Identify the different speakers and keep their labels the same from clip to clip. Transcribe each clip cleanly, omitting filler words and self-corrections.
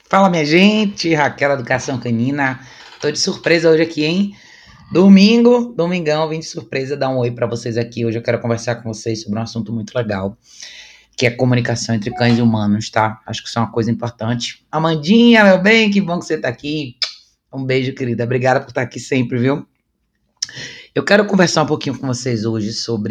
Speaker 1: Fala, minha gente, Raquel Educação Canina. Tô de surpresa hoje aqui, hein? Domingão, vim de surpresa dar um oi pra vocês aqui. Hoje eu quero conversar com vocês sobre um assunto muito legal, que é comunicação entre cães e humanos, tá? Acho que isso é uma coisa importante. Amandinha, meu bem, que bom que você tá aqui. Um beijo, querida. Obrigada por estar aqui sempre, viu? Eu quero conversar um pouquinho com vocês hoje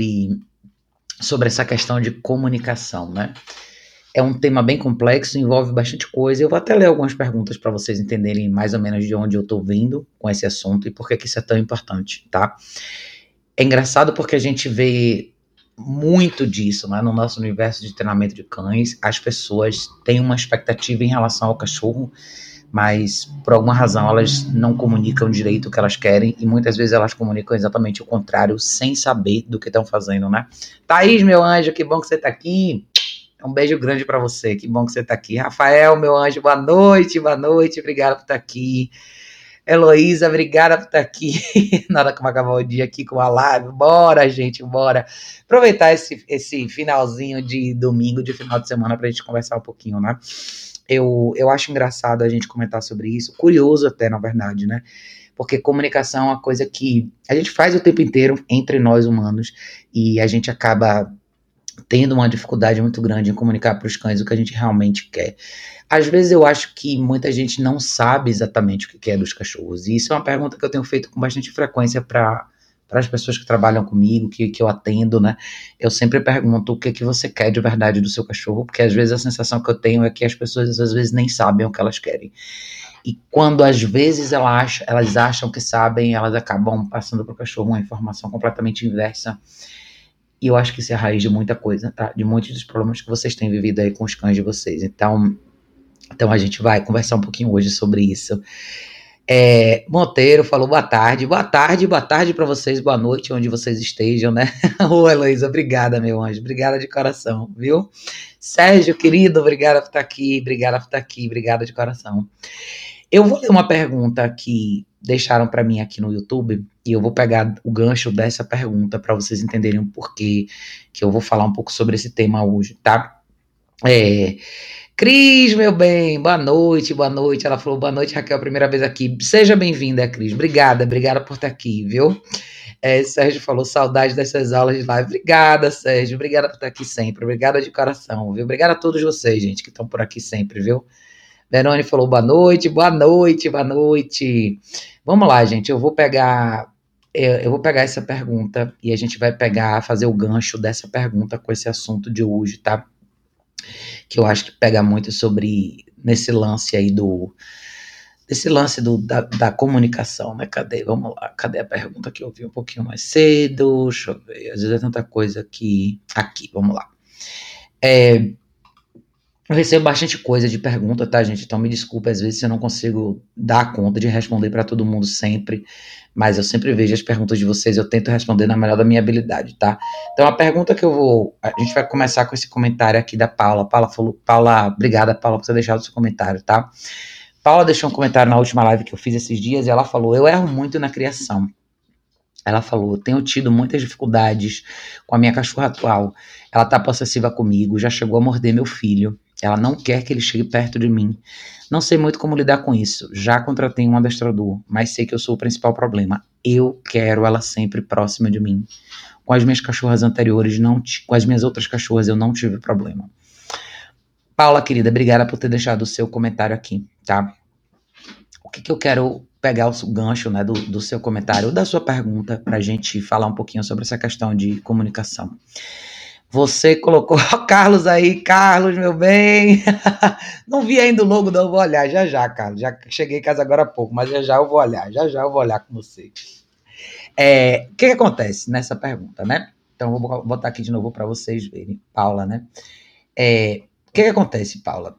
Speaker 1: sobre essa questão de comunicação, né? É um tema bem complexo, envolve bastante coisa. Eu vou até ler algumas perguntas para vocês entenderem mais ou menos de onde eu estou vindo com esse assunto e por que isso é tão importante, tá? É engraçado porque a gente vê muito disso, né? No nosso universo de treinamento de cães. As pessoas têm uma expectativa em relação ao cachorro, mas por alguma razão elas não comunicam direito o que elas querem e muitas vezes elas comunicam exatamente o contrário, sem saber do que estão fazendo, né? Thaís, meu anjo, que bom que você está aqui. Um beijo grande pra você, que bom que você tá aqui. Rafael, meu anjo, boa noite, obrigado por estar aqui. Heloísa, obrigada por estar aqui. Nada como acabar o dia aqui com a live. Bora, gente, bora. Aproveitar esse finalzinho de domingo, de final de semana, pra gente conversar um pouquinho, né? Eu acho engraçado a gente comentar sobre isso, curioso até, na verdade, né? Porque comunicação é uma coisa que a gente faz o tempo inteiro entre nós humanos e a gente acaba tendo uma dificuldade muito grande em comunicar para os cães o que a gente realmente quer. Às vezes eu acho que muita gente não sabe exatamente o que quer dos cachorros, e isso é uma pergunta que eu tenho feito com bastante frequência para as pessoas que trabalham comigo, que eu atendo, né? Eu sempre pergunto o que você quer de verdade do seu cachorro, porque às vezes a sensação que eu tenho é que as pessoas às vezes nem sabem o que elas querem. E quando às vezes elas acham que sabem, elas acabam passando para o cachorro uma informação completamente inversa. E eu acho que isso é a raiz de muita coisa, tá? De muitos dos problemas que vocês têm vivido aí com os cães de vocês. Então a gente vai conversar um pouquinho hoje sobre isso. Monteiro falou boa tarde para vocês, boa noite, onde vocês estejam, né? Ô, Heloísa, obrigada, meu anjo, obrigada de coração, viu? Sérgio, querido, obrigada por estar aqui, obrigada de coração. Eu vou ler uma pergunta que deixaram para mim aqui no YouTube e eu vou pegar o gancho dessa pergunta para vocês entenderem o porquê que eu vou falar um pouco sobre esse tema hoje, tá? É, Cris, meu bem, boa noite, boa noite. Ela falou boa noite, Raquel, primeira vez aqui. Seja bem-vinda, Cris. Obrigada por estar aqui, viu? Sérgio falou saudade dessas aulas de live. Obrigada, Sérgio. Obrigada por estar aqui sempre. Obrigada de coração, viu? Obrigada a todos vocês, gente, que estão por aqui sempre, viu? Verone falou boa noite, boa noite, boa noite. Vamos lá, gente. Eu vou pegar essa pergunta e a gente vai fazer o gancho dessa pergunta com esse assunto de hoje, tá? Que eu acho que pega muito sobre nesse lance aí da comunicação, né? Vamos lá, cadê a pergunta que eu vi um pouquinho mais cedo? Deixa eu ver, às vezes é tanta coisa aqui, vamos lá. Eu recebo bastante coisa de pergunta, tá, gente? Então me desculpe, às vezes eu não consigo dar conta de responder para todo mundo sempre, mas eu sempre vejo as perguntas de vocês, eu tento responder na melhor da minha habilidade, tá? Então a pergunta a gente vai começar com esse comentário aqui da Paula. Obrigada, Paula, por ter deixado o seu comentário, tá? Paula deixou um comentário na última live que eu fiz esses dias e ela falou: eu erro muito na criação. Ela falou: tenho tido muitas dificuldades com a minha cachorra atual. Ela tá possessiva comigo, já chegou a morder meu filho. Ela não quer que ele chegue perto de mim. Não sei muito como lidar com isso. Já contratei um adestrador, mas sei que eu sou o principal problema. Eu quero ela sempre próxima de mim. Com as minhas cachorras anteriores, com as minhas outras cachorras, eu não tive problema. Paula, querida, obrigada por ter deixado o seu comentário aqui, tá? O que eu quero pegar o gancho, né, do seu comentário, ou da sua pergunta, pra gente falar um pouquinho sobre essa questão de comunicação. Você colocou Carlos aí, Carlos, meu bem. Não vi ainda o logo, não, eu vou olhar já, Carlos. Já cheguei em casa agora há pouco, mas já eu vou olhar com você. O que acontece nessa pergunta, né? Então, eu vou botar aqui de novo para vocês verem. Paula, né? O que acontece, Paula?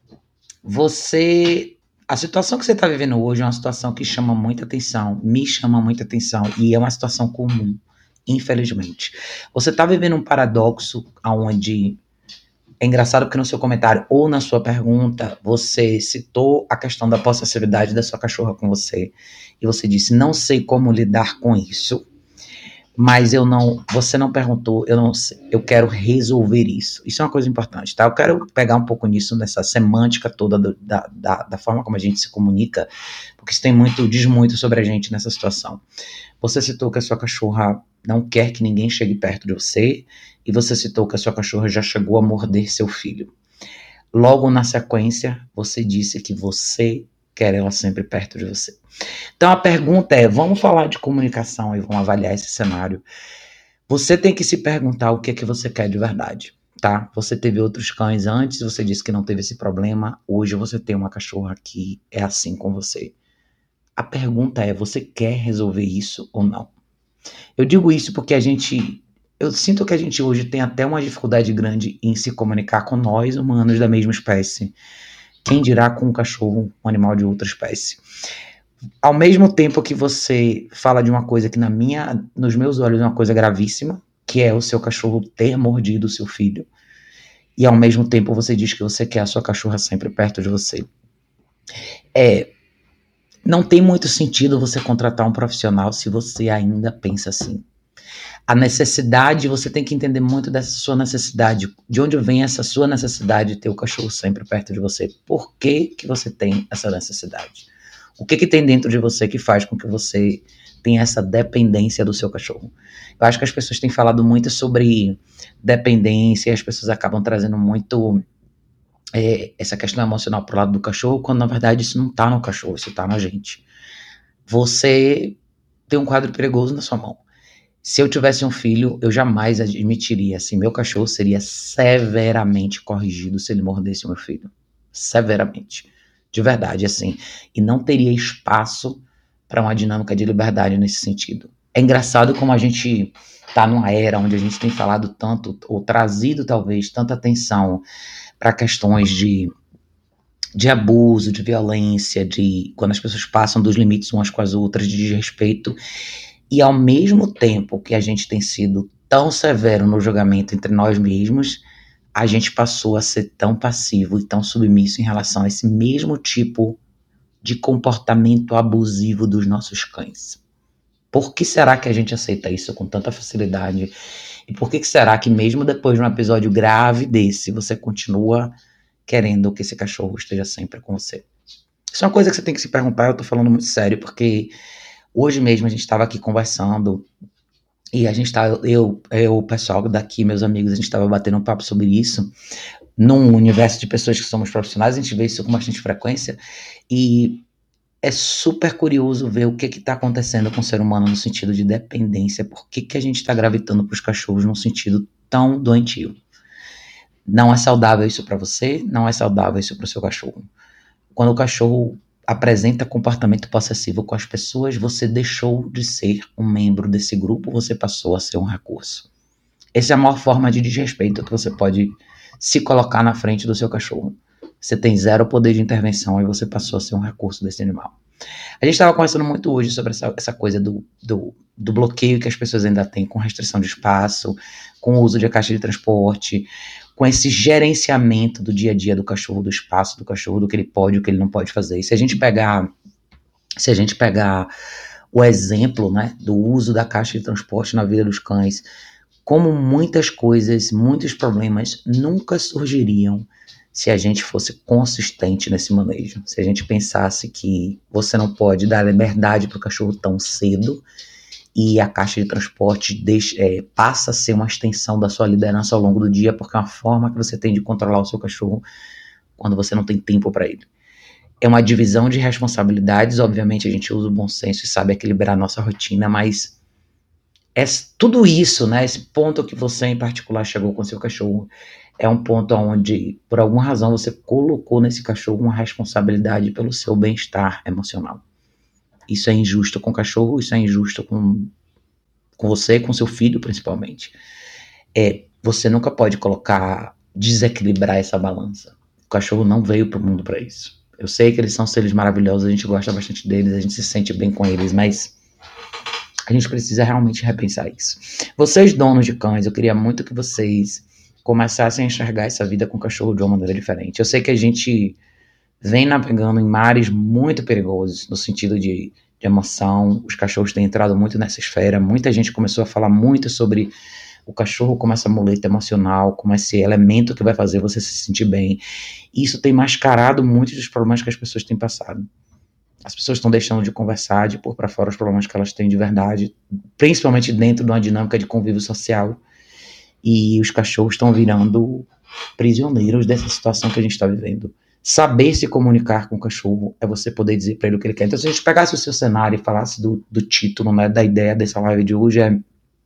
Speaker 1: A situação que você está vivendo hoje é uma situação que chama muita atenção, me chama muita atenção, e é uma situação comum, infelizmente. Você está vivendo um paradoxo onde é engraçado porque no seu comentário ou na sua pergunta você citou a questão da possessividade da sua cachorra com você, e você disse: não sei como lidar com isso. mas você não perguntou, eu não sei, eu quero resolver isso. Isso é uma coisa importante, tá? Eu quero pegar um pouco nisso, nessa semântica toda da forma como a gente se comunica, porque isso diz muito sobre a gente nessa situação. Você citou que a sua cachorra não quer que ninguém chegue perto de você, e você citou que a sua cachorra já chegou a morder seu filho. Logo na sequência, você disse que você quer ela sempre perto de você. Então a pergunta é, vamos falar de comunicação e vamos avaliar esse cenário. Você tem que se perguntar o que é que você quer de verdade, tá? Você teve outros cães antes, você disse que não teve esse problema, hoje você tem uma cachorra que é assim com você. A pergunta é, você quer resolver isso ou não? Eu digo isso porque eu sinto que a gente hoje tem até uma dificuldade grande em se comunicar com nós, humanos da mesma espécie. Quem dirá com um cachorro, um animal de outra espécie? Ao mesmo tempo que você fala de uma coisa que nos meus olhos é uma coisa gravíssima, que é o seu cachorro ter mordido o seu filho, e ao mesmo tempo você diz que você quer a sua cachorra sempre perto de você. Não tem muito sentido você contratar um profissional se você ainda pensa assim. A necessidade, você tem que entender muito dessa sua necessidade. De onde vem essa sua necessidade de ter o cachorro sempre perto de você? Por que você tem essa necessidade? O que tem dentro de você que faz com que você tenha essa dependência do seu cachorro? Eu acho que as pessoas têm falado muito sobre dependência e as pessoas acabam trazendo muito essa questão emocional pro lado do cachorro, quando na verdade isso não tá no cachorro, isso tá na gente. Você tem um quadro perigoso na sua mão. Se eu tivesse um filho, eu jamais admitiria, assim, meu cachorro seria severamente corrigido se ele mordesse o meu filho. Severamente. De verdade, assim. E não teria espaço para uma dinâmica de liberdade nesse sentido. É engraçado como a gente tá numa era onde a gente tem falado tanto, ou trazido talvez tanta atenção para questões de abuso, de violência, de quando as pessoas passam dos limites umas com as outras, de desrespeito. E ao mesmo tempo que a gente tem sido tão severo no julgamento entre nós mesmos, a gente passou a ser tão passivo e tão submisso em relação a esse mesmo tipo de comportamento abusivo dos nossos cães. Por que será que a gente aceita isso com tanta facilidade? E por que será que mesmo depois de um episódio grave desse, você continua querendo que esse cachorro esteja sempre com você? Isso é uma coisa que você tem que se perguntar, eu tô falando muito sério, porque hoje mesmo a gente estava aqui conversando e a gente tava, o pessoal daqui, meus amigos, a gente estava batendo um papo sobre isso. Num universo de pessoas que somos profissionais, a gente vê isso com bastante frequência e é super curioso ver o que está acontecendo com o ser humano no sentido de dependência. Por que a gente está gravitando para os cachorros num sentido tão doentio? Não é saudável isso para você, não é saudável isso para o seu cachorro. Quando o cachorro apresenta comportamento possessivo com as pessoas, você deixou de ser um membro desse grupo, você passou a ser um recurso. Essa é a maior forma de desrespeito que você pode se colocar na frente do seu cachorro. Você tem zero poder de intervenção e você passou a ser um recurso desse animal. A gente estava conversando muito hoje sobre essa coisa do bloqueio que as pessoas ainda têm com restrição de espaço, com o uso de caixa de transporte, com esse gerenciamento do dia a dia do cachorro, do espaço do cachorro, do que ele pode e o que ele não pode fazer. E se a gente pegar o exemplo, né, do uso da caixa de transporte na vida dos cães, como muitas coisas, muitos problemas nunca surgiriam se a gente fosse consistente nesse manejo. Se a gente pensasse que você não pode dar liberdade para o cachorro tão cedo e a caixa de transporte passa a ser uma extensão da sua liderança ao longo do dia, porque é uma forma que você tem de controlar o seu cachorro quando você não tem tempo para ele. É uma divisão de responsabilidades, obviamente a gente usa o bom senso e sabe equilibrar a nossa rotina, mas tudo isso, né, esse ponto que você em particular chegou com o seu cachorro, é um ponto onde, por alguma razão, você colocou nesse cachorro uma responsabilidade pelo seu bem-estar emocional. Isso é injusto com o cachorro, isso é injusto com você, com seu filho, principalmente. Você nunca pode desequilibrar essa balança. O cachorro não veio pro mundo para isso. Eu sei que eles são seres maravilhosos, a gente gosta bastante deles, a gente se sente bem com eles, mas a gente precisa realmente repensar isso. Vocês, donos de cães, eu queria muito que vocês começassem a enxergar essa vida com o cachorro de uma maneira diferente. Eu sei que a gente vem navegando em mares muito perigosos, no sentido de de emoção. Os cachorros têm entrado muito nessa esfera. Muita gente começou a falar muito sobre o cachorro como essa muleta emocional, como esse elemento que vai fazer você se sentir bem. E isso tem mascarado muitos dos problemas que as pessoas têm passado. As pessoas estão deixando de conversar, de pôr para fora os problemas que elas têm de verdade, principalmente dentro de uma dinâmica de convívio social. E os cachorros estão virando prisioneiros dessa situação que a gente está vivendo. Saber se comunicar com o cachorro é você poder dizer para ele o que ele quer. Então, se a gente pegasse o seu cenário e falasse do título, né, da ideia dessa live de hoje, o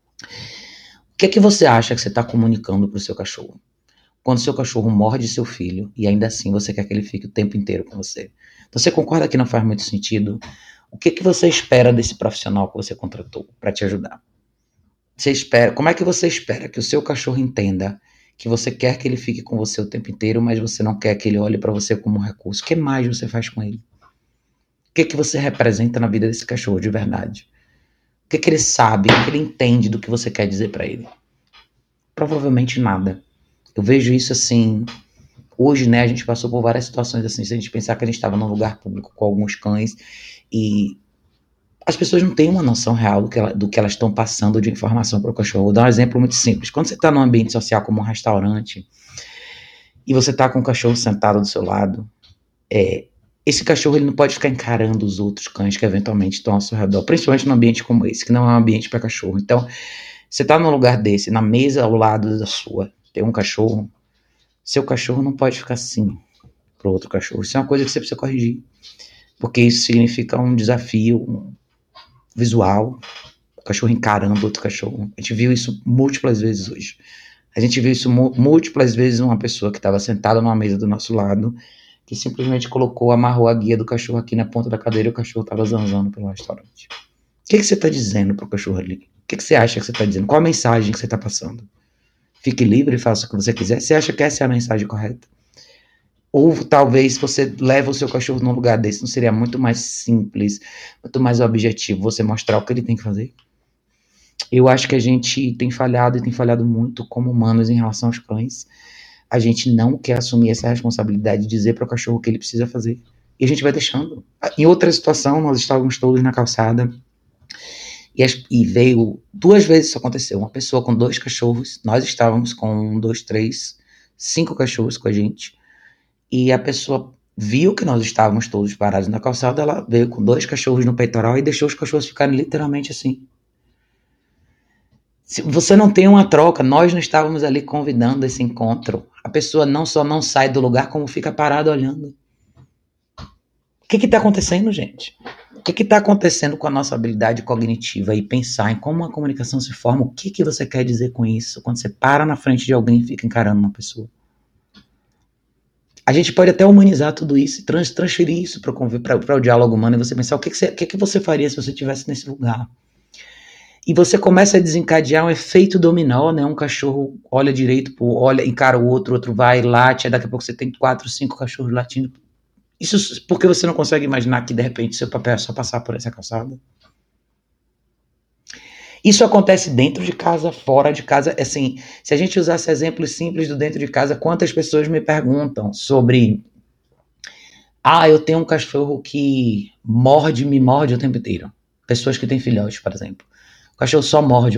Speaker 1: que é que você acha que você está comunicando para o seu cachorro? Quando seu cachorro morde seu filho e ainda assim você quer que ele fique o tempo inteiro com você. Então, você concorda que não faz muito sentido? O que você espera desse profissional que você contratou para te ajudar? Como é que você espera que o seu cachorro entenda que você quer que ele fique com você o tempo inteiro, mas você não quer que ele olhe para você como um recurso? O que mais você faz com ele? O que você representa na vida desse cachorro de verdade? O que ele sabe, o que ele entende do que você quer dizer para ele? Provavelmente nada. Eu vejo isso assim. Hoje, né, a gente passou por várias situações assim. Se a gente pensar que a gente estava num lugar público com alguns cães e as pessoas não têm uma noção real do que elas estão passando de informação para o cachorro. Vou dar um exemplo muito simples. Quando você está num ambiente social como um restaurante e você está com um cachorro sentado do seu lado, esse cachorro ele não pode ficar encarando os outros cães que eventualmente estão ao seu redor, principalmente num ambiente como esse, que não é um ambiente para cachorro. Então, você está num lugar desse, na mesa ao lado da sua, tem um cachorro, seu cachorro não pode ficar assim pro outro cachorro. Isso é uma coisa que você precisa corrigir, porque isso significa um desafio visual, o cachorro encarando outro cachorro. A gente viu isso múltiplas vezes hoje. A gente viu isso múltiplas vezes uma pessoa que estava sentada numa mesa do nosso lado, que simplesmente amarrou a guia do cachorro aqui na ponta da cadeira e o cachorro estava zanzando pelo restaurante. O que você está dizendo pro cachorro ali? O que você acha que você está dizendo? Qual a mensagem que você está passando? Fique livre e faça o que você quiser. Você acha que essa é a mensagem correta? Ou talvez você leve o seu cachorro num lugar desse, não seria muito mais simples, muito mais objetivo você mostrar o que ele tem que fazer? Eu acho que a gente tem falhado e tem falhado muito como humanos em relação aos cães. A gente não quer assumir essa responsabilidade de dizer para o cachorro o que ele precisa fazer. E a gente vai deixando. Em outra situação, nós estávamos todos na calçada e veio, 2 vezes isso aconteceu, uma pessoa com 2 cachorros, nós estávamos com 1, 2, 3, 5 cachorros com a gente, e a pessoa viu que nós estávamos todos parados na calçada, ela veio com 2 cachorros no peitoral e deixou os cachorros ficarem literalmente assim. Se você não tem uma troca, nós não estávamos ali convidando esse encontro. A pessoa não só não sai do lugar, como fica parada olhando. O que está acontecendo, gente? O que está acontecendo com a nossa habilidade cognitiva e pensar em como a comunicação se forma? O que você quer dizer com isso? Quando você para na frente de alguém e fica encarando uma pessoa. A gente pode até humanizar tudo isso e transferir isso para o diálogo humano e você pensar o que você faria se você estivesse nesse lugar. E você começa a desencadear um efeito dominó, né? Um cachorro olha direito, encara o outro vai, late, aí daqui a pouco você tem 4, 5 cachorros latindo. Isso porque você não consegue imaginar que de repente seu papel é só passar por essa calçada? Isso acontece dentro de casa, fora de casa. Assim, se a gente usasse exemplos simples do dentro de casa, quantas pessoas me perguntam sobre eu tenho um cachorro que me morde o tempo inteiro. Pessoas que têm filhotes, por exemplo. O cachorro só morde.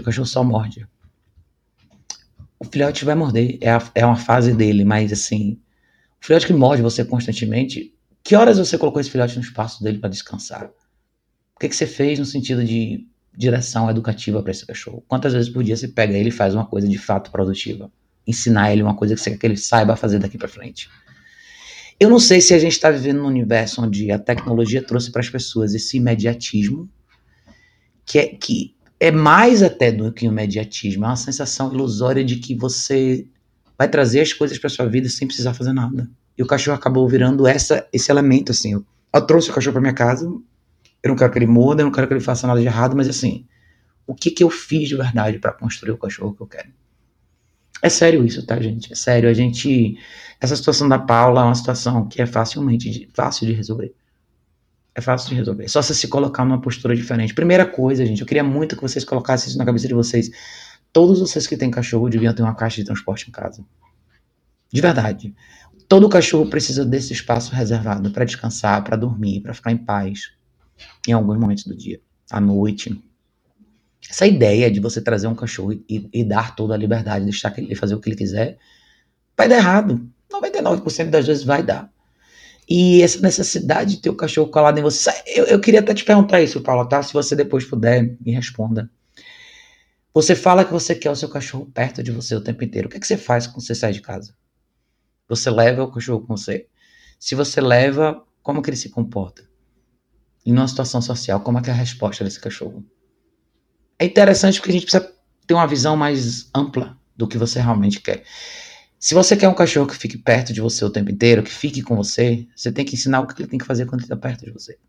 Speaker 1: O filhote vai morder, é uma fase dele, mas assim, o filhote que morde você constantemente, que horas você colocou esse filhote no espaço dele para descansar? O que você fez no sentido de direção educativa para esse cachorro? Quantas vezes por dia você pega ele e faz uma coisa de fato produtiva? Ensinar ele uma coisa que você quer que ele saiba fazer daqui para frente. Eu não sei se a gente está vivendo num universo onde a tecnologia trouxe para as pessoas esse imediatismo, que é mais até do que um imediatismo, é uma sensação ilusória de que você vai trazer as coisas para sua vida sem precisar fazer nada. E o cachorro acabou virando esse elemento, assim. Eu trouxe o cachorro para minha casa, eu não quero que ele muda, eu não quero que ele faça nada de errado, mas assim, o que eu fiz de verdade para construir o cachorro que eu quero? É sério isso, tá, gente? É sério. Essa situação da Paula é uma situação que é fácil de resolver. É fácil de resolver. É só você se colocar numa postura diferente. Primeira coisa, gente, eu queria muito que vocês colocassem isso na cabeça de vocês. Todos vocês que têm cachorro deviam ter uma caixa de transporte em casa. De verdade. Todo cachorro precisa desse espaço reservado para descansar, para dormir, para ficar em paz. em alguns momentos do dia, à noite. Essa ideia de você trazer um cachorro e dar toda a liberdade, deixar ele fazer o que ele quiser, vai dar errado. 99% das vezes vai dar. E essa necessidade de ter o cachorro colado em você. Eu queria até te perguntar isso, Paulo, tá? Se você depois puder, me responda. Você fala que você quer o seu cachorro perto de você o tempo inteiro. O que, é que você faz quando você sai de casa? Você leva o cachorro com você? Se você leva, como que ele se comporta? Em uma situação social, como é que é a resposta desse cachorro? É interessante porque a gente precisa ter uma visão mais ampla do que você realmente quer. Se você quer um cachorro que fique perto de você o tempo inteiro, que fique com você, você tem que ensinar o que ele tem que fazer quando ele está perto de você.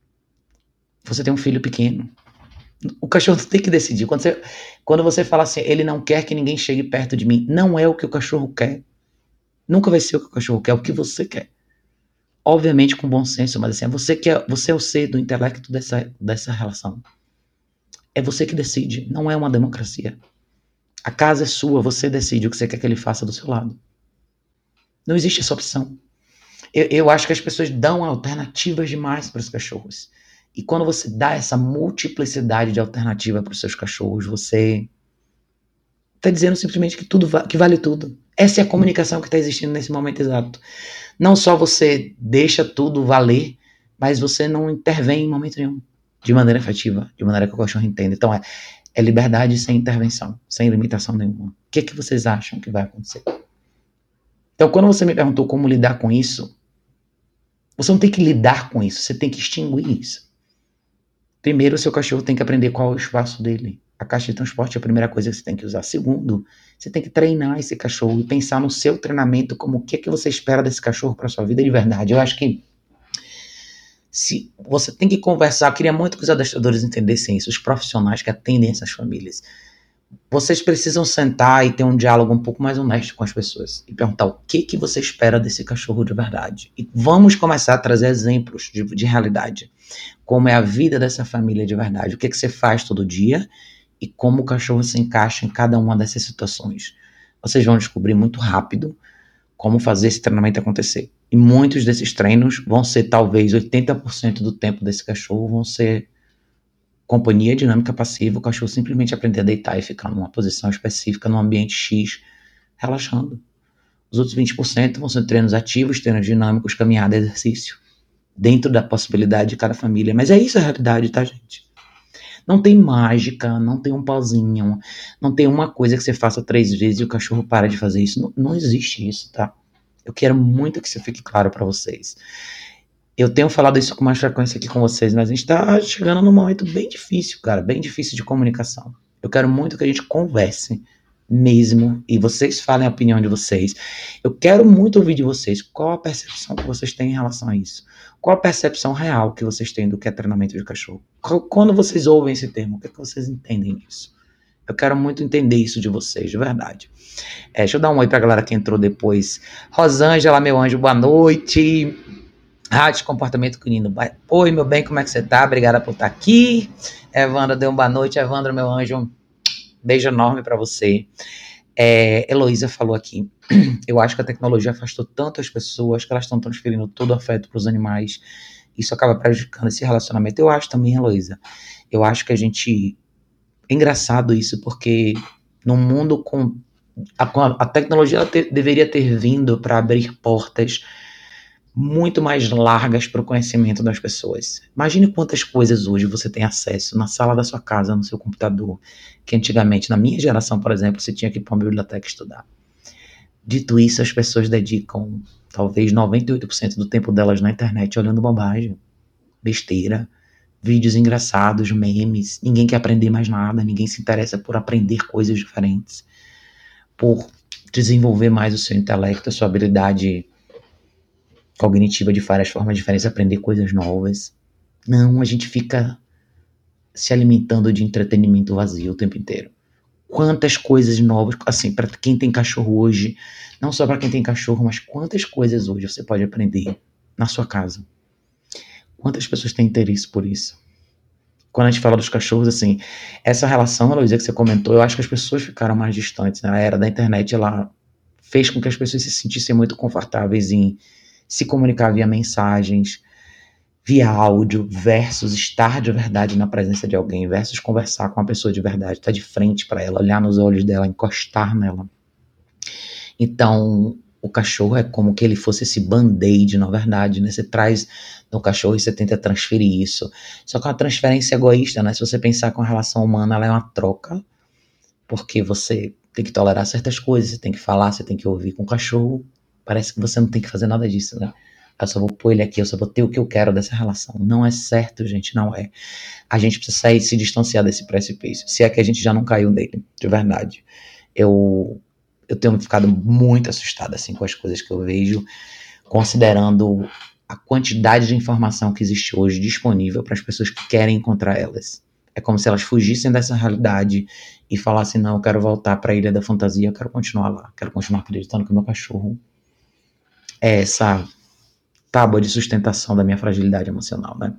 Speaker 1: Você tem um filho pequeno. O cachorro tem que decidir. Quando você fala assim, ele não quer que ninguém chegue perto de mim, não é o que o cachorro quer. Nunca vai ser o que o cachorro quer, é o que você quer. Obviamente com bom senso, mas assim, você é o ser do intelecto dessa relação. É você que decide, não é uma democracia. A casa é sua, você decide o que você quer que ele faça do seu lado. Não existe essa opção. Eu acho que as pessoas dão alternativas demais para os cachorros. E quando você dá essa multiplicidade de alternativa para os seus cachorros, você está dizendo simplesmente que vale tudo. Essa é a comunicação que está existindo nesse momento exato. Não só você deixa tudo valer, mas você não intervém em momento nenhum, de maneira efetiva, de maneira que o cachorro entenda. Então é liberdade sem intervenção, sem limitação nenhuma. O que vocês acham que vai acontecer? Então, quando você me perguntou como lidar com isso, você não tem que lidar com isso, você tem que extinguir isso. Primeiro, o seu cachorro tem que aprender qual é o espaço dele. A caixa de transporte é a primeira coisa que você tem que usar. Segundo, você tem que treinar esse cachorro e pensar no seu treinamento como o que você espera desse cachorro para sua vida de verdade. Eu acho que se você tem que conversar, eu queria muito que os adestradores entendessem isso, os profissionais que atendem essas famílias. Vocês precisam sentar e ter um diálogo um pouco mais honesto com as pessoas e perguntar o que você espera desse cachorro de verdade. E vamos começar a trazer exemplos de realidade. Como é a vida dessa família de verdade. O que você faz todo dia e como o cachorro se encaixa em cada uma dessas situações. Vocês vão descobrir muito rápido como fazer esse treinamento acontecer. E muitos desses treinos vão ser talvez 80% do tempo desse cachorro vão ser companhia dinâmica passiva, o cachorro simplesmente aprender a deitar e ficar numa posição específica, num ambiente X, relaxando. Os outros 20% vão ser treinos ativos, treinos dinâmicos, caminhada, exercício, dentro da possibilidade de cada família. Mas é isso a realidade, tá, gente? Não tem mágica, não tem um pauzinho, não tem uma coisa que você faça 3 vezes e o cachorro para de fazer isso. Não existe isso, tá? Eu quero muito que isso fique claro para vocês. Eu tenho falado isso com mais frequência aqui com vocês, mas a gente tá chegando num momento bem difícil, cara, bem difícil de comunicação. Eu quero muito que a gente converse mesmo e vocês falem a opinião de vocês. Eu quero muito ouvir de vocês qual a percepção que vocês têm em relação a isso. Qual a percepção real que vocês têm do que é treinamento de cachorro? Quando vocês ouvem esse termo, o que é que vocês entendem disso? Eu quero muito entender isso de vocês, de verdade. Deixa eu dar um oi pra galera que entrou depois. Rosângela, meu anjo, boa noite. De comportamento canino. Oi, meu bem, como é que você tá? Obrigada por estar aqui. Evandra, deu uma boa noite. Evandra, meu anjo, beijo enorme pra você. Heloísa falou aqui, eu acho que a tecnologia afastou tanto as pessoas que elas estão transferindo todo o afeto pros animais. Isso acaba prejudicando esse relacionamento. Eu acho também, Heloísa. Eu acho que a gente... É engraçado isso, porque num mundo com... A tecnologia deveria ter vindo para abrir portas muito mais largas para o conhecimento das pessoas. Imagine quantas coisas hoje você tem acesso na sala da sua casa, no seu computador, que antigamente, na minha geração, por exemplo, você tinha que ir para uma biblioteca estudar. Dito isso, as pessoas dedicam talvez 98% do tempo delas na internet olhando bobagem, besteira, vídeos engraçados, memes. Ninguém quer aprender mais nada, ninguém se interessa por aprender coisas diferentes, por desenvolver mais o seu intelecto, a sua habilidade cognitiva de várias formas diferentes, aprender coisas novas. Não, a gente fica se alimentando de entretenimento vazio o tempo inteiro. Quantas coisas novas, assim, para quem tem cachorro hoje, não só para quem tem cachorro, mas quantas coisas hoje você pode aprender na sua casa. Quantas pessoas têm interesse por isso? Quando a gente fala dos cachorros, assim, essa relação, Heloísa, que você comentou, eu acho que as pessoas ficaram mais distantes. A era da internet, ela fez com que as pessoas se sentissem muito confortáveis em se comunicar via mensagens, via áudio, versus estar de verdade na presença de alguém, versus conversar com uma pessoa de verdade, estar de frente para ela, olhar nos olhos dela, encostar nela. Então, o cachorro é como que ele fosse esse band-aid, na verdade, né? Você traz no cachorro e você tenta transferir isso. Só que é uma transferência egoísta, né? Se você pensar com a relação humana, ela é uma troca, porque você tem que tolerar certas coisas, você tem que falar, você tem que ouvir. Com o cachorro, parece que você não tem que fazer nada disso, né? Eu só vou pôr ele aqui, eu só vou ter o que eu quero dessa relação. Não é certo, gente, não é. A gente precisa sair, se distanciar desse precipício. Se é que a gente já não caiu nele, de verdade. Eu tenho ficado muito assustado assim, com as coisas que eu vejo, considerando a quantidade de informação que existe hoje disponível para as pessoas que querem encontrar elas. É como se elas fugissem dessa realidade e falassem, não, eu quero voltar para a Ilha da Fantasia, eu quero continuar lá, quero continuar acreditando que o meu cachorro é essa tábua de sustentação da minha fragilidade emocional, né?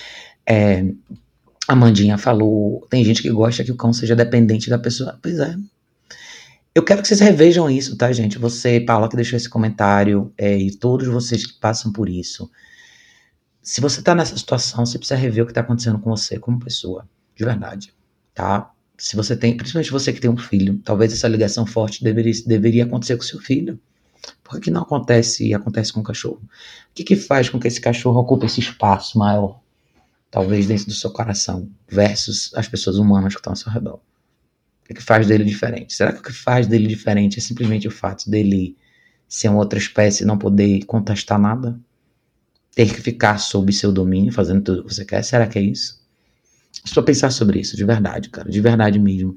Speaker 1: A Mandinha falou, tem gente que gosta que o cão seja dependente da pessoa. Pois é. Eu quero que vocês revejam isso, tá, gente? Você, Paula, que deixou esse comentário, e todos vocês que passam por isso. Se você tá nessa situação, você precisa rever o que tá acontecendo com você como pessoa, de verdade, tá? Se você tem, principalmente você que tem um filho, talvez essa ligação forte deveria acontecer com seu filho. Por que não acontece e acontece com o cachorro? O que faz com que esse cachorro ocupe esse espaço maior, talvez dentro do seu coração, versus as pessoas humanas que estão ao seu redor? O que faz dele diferente? Será que o que faz dele diferente é simplesmente o fato dele ser uma outra espécie e não poder contestar nada? Ter que ficar sob seu domínio, fazendo tudo o que você quer? Será que é isso? Só pensar sobre isso, de verdade, cara, de verdade mesmo.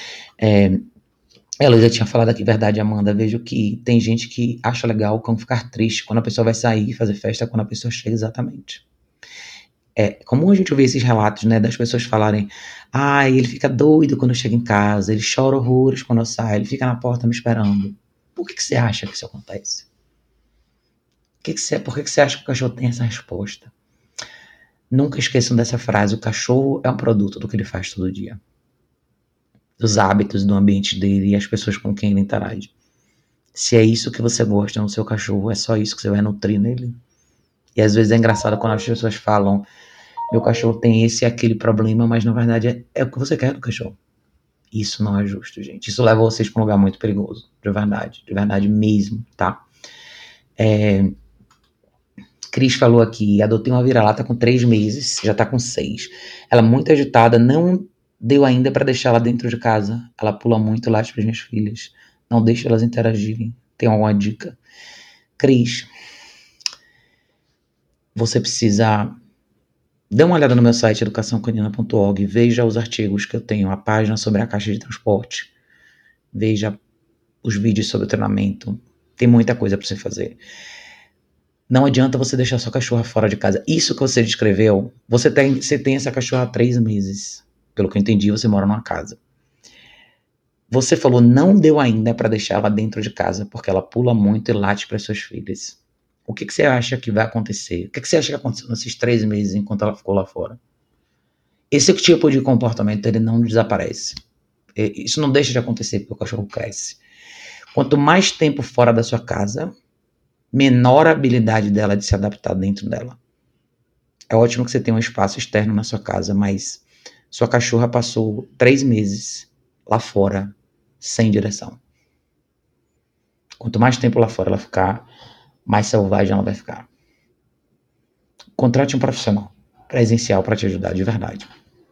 Speaker 1: Ela já tinha falado aqui, verdade, Amanda. Vejo que tem gente que acha legal o cão ficar triste quando a pessoa vai sair e fazer festa, quando a pessoa chega, exatamente. É comum a gente ouvir esses relatos, né, das pessoas falarem, ele fica doido quando chega em casa, ele chora horrores quando eu saio, ele fica na porta me esperando. Por que você acha que isso acontece? Por que você acha que o cachorro tem essa resposta? Nunca esqueçam dessa frase, o cachorro é um produto do que ele faz todo dia. Dos hábitos, do ambiente dele e as pessoas com quem ele interage. Se é isso que você gosta no seu cachorro, é só isso que você vai nutrir nele. E às vezes é engraçado quando as pessoas falam, meu cachorro tem esse e aquele problema, mas na verdade é o que você quer do cachorro. Isso não é justo, gente. Isso leva vocês para um lugar muito perigoso. De verdade mesmo, tá? Cris falou aqui, adotei uma vira-lata com 3 meses, já tá com 6. Ela é muito agitada, não deu ainda para deixá-la dentro de casa. Ela pula muito, late para as minhas filhas. Não deixa elas interagirem. Tem alguma dica? Cris, você precisa... Dê uma olhada no meu site educaçãocanina.org, veja os artigos que eu tenho, a página sobre a caixa de transporte, veja os vídeos sobre o treinamento, tem muita coisa para você fazer. Não adianta você deixar sua cachorra fora de casa. Isso que você descreveu, você tem essa cachorra há 3 meses. Pelo que eu entendi, você mora numa casa. Você falou não deu ainda para deixar ela dentro de casa, porque ela pula muito e late para suas filhas. O que você acha que vai acontecer? O que você acha que aconteceu nesses 3 meses enquanto ela ficou lá fora? Esse tipo de comportamento, ele não desaparece. Isso não deixa de acontecer porque o cachorro cresce. Quanto mais tempo fora da sua casa, menor a habilidade dela de se adaptar dentro dela. É ótimo que você tenha um espaço externo na sua casa, mas sua cachorra passou 3 meses lá fora, sem direção. Quanto mais tempo lá fora ela ficar, mais selvagem ela vai ficar. Contrate um profissional presencial para te ajudar, de verdade.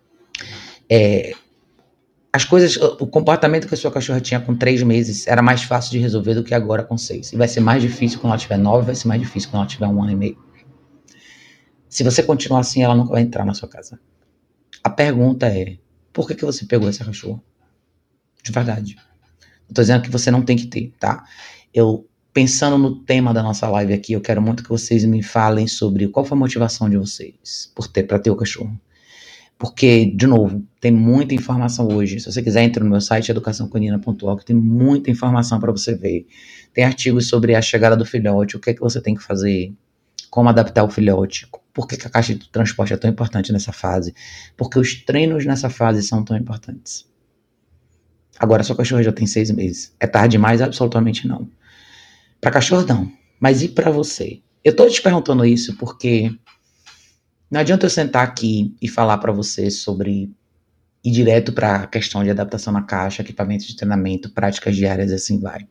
Speaker 1: As coisas, o comportamento que a sua cachorra tinha com 3 meses era mais fácil de resolver do que agora com 6. E vai ser mais difícil quando ela tiver 9, vai ser mais difícil quando ela tiver 1 ano e meio. Se você continuar assim, ela nunca vai entrar na sua casa. A pergunta é, por que você pegou essa cachorra? De verdade. Não tô dizendo que você não tem que ter, tá? Pensando no tema da nossa live aqui, eu quero muito que vocês me falem sobre qual foi a motivação de vocês para ter o cachorro. Porque, de novo, tem muita informação hoje. Se você quiser, entra no meu site educaçãocanina.org, tem muita informação para você ver. Tem artigos sobre a chegada do filhote, o que é que você tem que fazer, como adaptar o filhote, por que a caixa de transporte é tão importante nessa fase, porque os treinos nessa fase são tão importantes. Agora, sua cachorra já tem 6 meses. É tarde demais? Absolutamente não. Para cachorro, não. Mas e para você? Eu tô te perguntando isso porque Não adianta eu sentar aqui e falar para você sobre ir direto para a questão de adaptação na caixa, equipamentos de treinamento, práticas diárias, assim vai.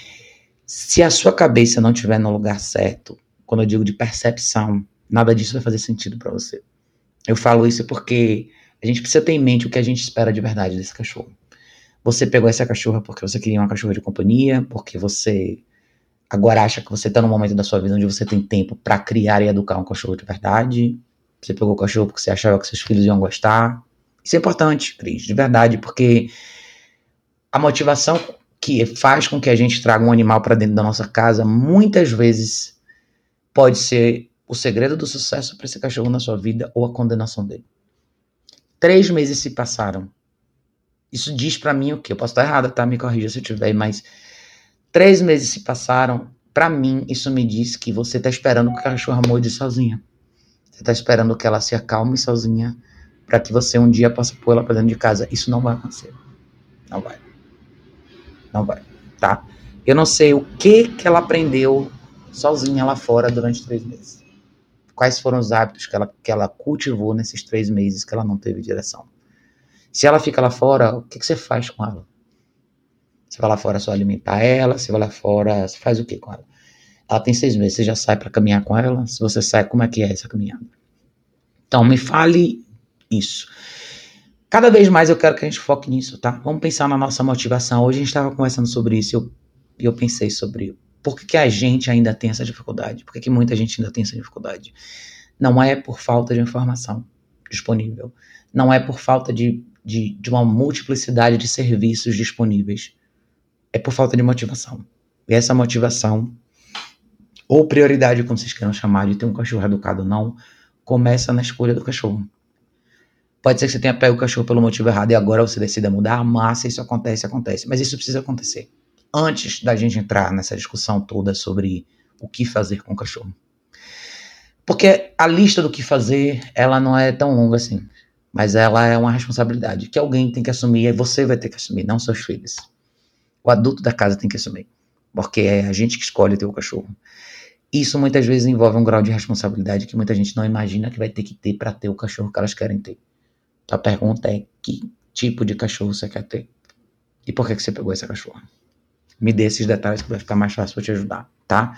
Speaker 1: Se a sua cabeça não estiver no lugar certo, quando eu digo de percepção, nada disso vai fazer sentido para você. Eu falo isso porque a gente precisa ter em mente o que a gente espera de verdade desse cachorro. Você pegou essa cachorra porque você queria uma cachorra de companhia, porque você agora acha que você está num momento da sua vida onde você tem tempo para criar e educar um cachorro de verdade. Você pegou o cachorro porque você achava que seus filhos iam gostar. Isso é importante, Cris, de verdade, porque a motivação que faz com que a gente traga um animal para dentro da nossa casa, muitas vezes pode ser o segredo do sucesso para esse cachorro na sua vida ou a condenação dele. 3 meses se passaram. Isso diz para mim o quê? Eu posso estar errada, tá? Me corrija se eu tiver, mas 3 meses se passaram. Para mim, isso me diz que você tá esperando que a cachorra mude sozinha. Você tá esperando que ela se acalme sozinha para que você um dia possa pôr ela pra dentro de casa. Isso não vai acontecer. Não vai. Não vai, tá? Eu não sei o que ela aprendeu sozinha lá fora durante 3 meses. Quais foram os hábitos que ela cultivou nesses 3 meses que ela não teve direção. Se ela fica lá fora, o que você faz com ela? Você vai lá fora só alimentar ela? Você vai lá fora, você faz o que com ela? Ela tem 6 meses, você já sai para caminhar com ela? Se você sai, como é que é essa caminhada? Então, me fale isso. Cada vez mais eu quero que a gente foque nisso, tá? Vamos pensar na nossa motivação. Hoje a gente estava conversando sobre isso e eu pensei sobre por que a gente ainda tem essa dificuldade. Por que muita gente ainda tem essa dificuldade? Não é por falta de informação disponível. Não é por falta de uma multiplicidade de serviços disponíveis. É por falta de motivação. E essa motivação, ou prioridade, como vocês queiram chamar, de ter um cachorro educado ou não, começa na escolha do cachorro. Pode ser que você tenha pego o cachorro pelo motivo errado e agora você decida mudar, mas isso acontece. Mas isso precisa acontecer antes da gente entrar nessa discussão toda sobre o que fazer com o cachorro. Porque a lista do que fazer, ela não é tão longa assim. Mas ela é uma responsabilidade que alguém tem que assumir e você vai ter que assumir, não seus filhos. O adulto da casa tem que assumir. Porque é a gente que escolhe ter o cachorro. Isso muitas vezes envolve um grau de responsabilidade que muita gente não imagina que vai ter que ter para ter o cachorro que elas querem ter. Então a pergunta é: que tipo de cachorro você quer ter? E por que você pegou essa cachorra? Me dê esses detalhes que vai ficar mais fácil para te ajudar, tá?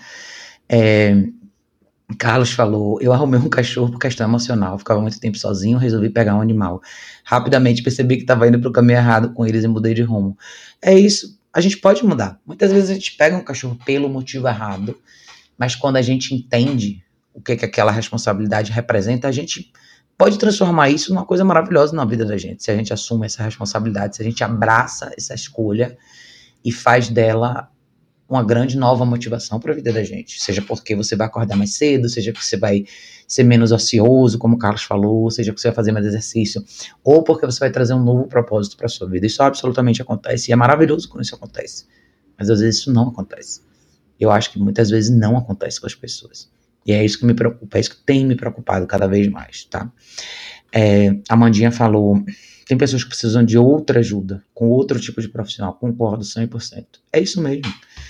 Speaker 1: Carlos falou: eu arrumei um cachorro por questão emocional, ficava muito tempo sozinho, resolvi pegar um animal. Rapidamente percebi que estava indo para o caminho errado com eles e mudei de rumo. É isso, a gente pode mudar. Muitas vezes a gente pega um cachorro pelo motivo errado, mas quando a gente entende o que aquela responsabilidade representa, a gente pode transformar isso numa coisa maravilhosa na vida da gente. Se a gente assume essa responsabilidade, se a gente abraça essa escolha e faz dela uma grande nova motivação para a vida da gente. Seja porque você vai acordar mais cedo, seja porque você vai ser menos ocioso, como o Carlos falou, seja porque você vai fazer mais exercício, ou porque você vai trazer um novo propósito para a sua vida. Isso absolutamente acontece e é maravilhoso quando isso acontece. Mas às vezes isso não acontece. Eu acho que muitas vezes não acontece com as pessoas. E é isso que me preocupa, é isso que tem me preocupado cada vez mais, tá? A Mandinha falou: tem pessoas que precisam de outra ajuda, com outro tipo de profissional. Concordo 100%. É isso mesmo.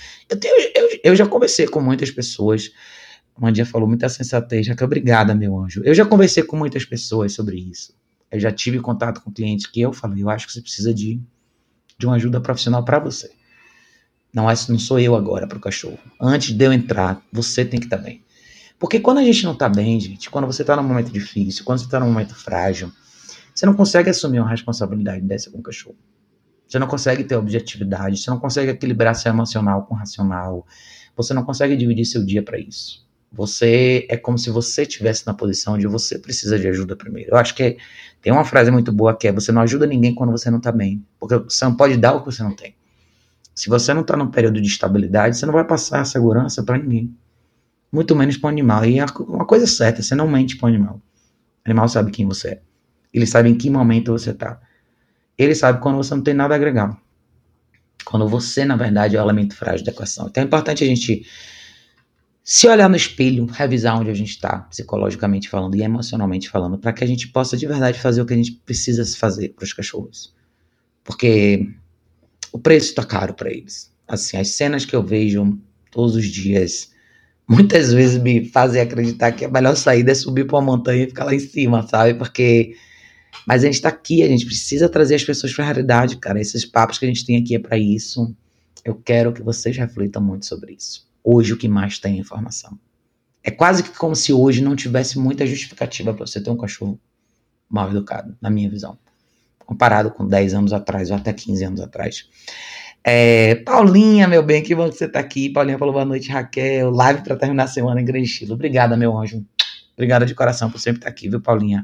Speaker 1: Eu já conversei com muitas pessoas. A Mandinha falou muita sensatez. Já que obrigada, meu anjo. Eu já conversei com muitas pessoas sobre isso. Eu já tive contato com clientes que eu falei: eu acho que você precisa de uma ajuda profissional para você. Não sou eu agora pro cachorro. Antes de eu entrar, você tem que estar bem. Porque quando a gente não tá bem, gente, quando você tá num momento difícil, quando você tá num momento frágil, você não consegue assumir uma responsabilidade dessa com o cachorro. Você não consegue ter objetividade, você não consegue equilibrar seu emocional com o racional, você não consegue dividir seu dia para isso. Você é como se você estivesse na posição onde você precisa de ajuda primeiro. Eu acho que tem uma frase muito boa que é: você não ajuda ninguém quando você não tá bem, porque você não pode dar o que você não tem. Se você não tá num período de estabilidade, você não vai passar a segurança para ninguém. Muito menos para o animal. E uma coisa certa, você não mente para o animal. O animal sabe quem você é. Ele sabe em que momento você tá. Ele sabe quando você não tem nada a agregar. Quando você, na verdade, é o elemento frágil da equação. Então é importante a gente se olhar no espelho, revisar onde a gente está, psicologicamente falando e emocionalmente falando, para que a gente possa de verdade fazer o que a gente precisa fazer para os cachorros. Porque o preço está caro para eles. Assim, as cenas que eu vejo todos os dias muitas vezes me fazem acreditar que a melhor saída é subir para uma montanha e ficar lá em cima, sabe? Mas a gente tá aqui, a gente precisa trazer as pessoas para a realidade, cara. Esses papos que a gente tem aqui é para isso. Eu quero que vocês reflitam muito sobre isso. Hoje o que mais tem é informação. É quase que como se hoje não tivesse muita justificativa para você ter um cachorro mal educado, na minha visão. Comparado com 10 anos atrás ou até 15 anos atrás. Paulinha, meu bem, que bom que você tá aqui. Paulinha falou boa noite, Raquel. Live para terminar a semana em grande estilo. Obrigada, meu anjo. Obrigada de coração por sempre estar aqui, viu, Paulinha?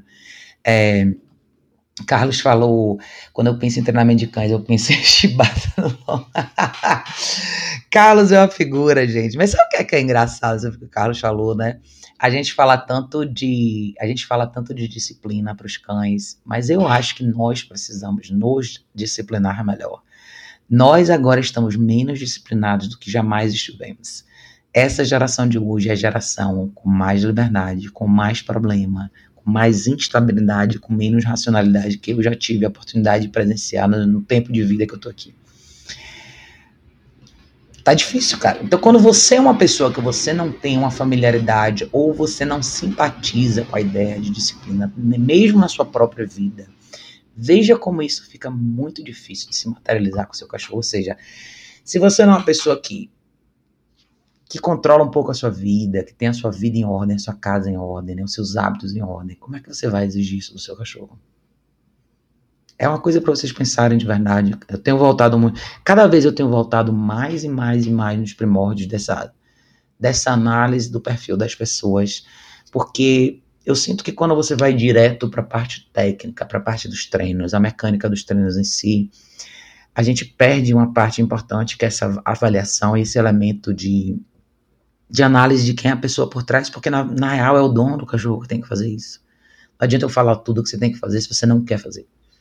Speaker 1: Carlos falou, quando eu penso em treinamento de cães, eu penso em chibata no nome. Carlos é uma figura, gente. Mas sabe o que é engraçado? Sabe o que o Carlos falou, né? A gente fala tanto de disciplina para os cães, mas eu acho que nós precisamos nos disciplinar melhor. Nós agora estamos menos disciplinados do que jamais estivemos. Essa geração de hoje é a geração com mais liberdade, com mais problema, com mais instabilidade, com menos racionalidade que eu já tive a oportunidade de presenciar no tempo de vida que eu tô aqui. Tá difícil, cara. Então, quando você é uma pessoa que você não tem uma familiaridade ou você não simpatiza com a ideia de disciplina, mesmo na sua própria vida, veja como isso fica muito difícil de se materializar com o seu cachorro. Ou seja, se você não é uma pessoa que controla um pouco a sua vida, que tem a sua vida em ordem, a sua casa em ordem, né, os seus hábitos em ordem, como é que você vai exigir isso do seu cachorro? É uma coisa para vocês pensarem de verdade. Eu tenho voltado muito. Cada vez eu tenho voltado mais e mais e mais nos primórdios dessa análise do perfil das pessoas, porque eu sinto que quando você vai direto para a parte técnica, para a parte dos treinos, a mecânica dos treinos em si, a gente perde uma parte importante, que é essa avaliação e esse elemento de análise de quem é a pessoa por trás, porque na real é o dono do cachorro que tem que fazer isso. Não adianta eu falar tudo que você tem que fazer se você não quer fazer.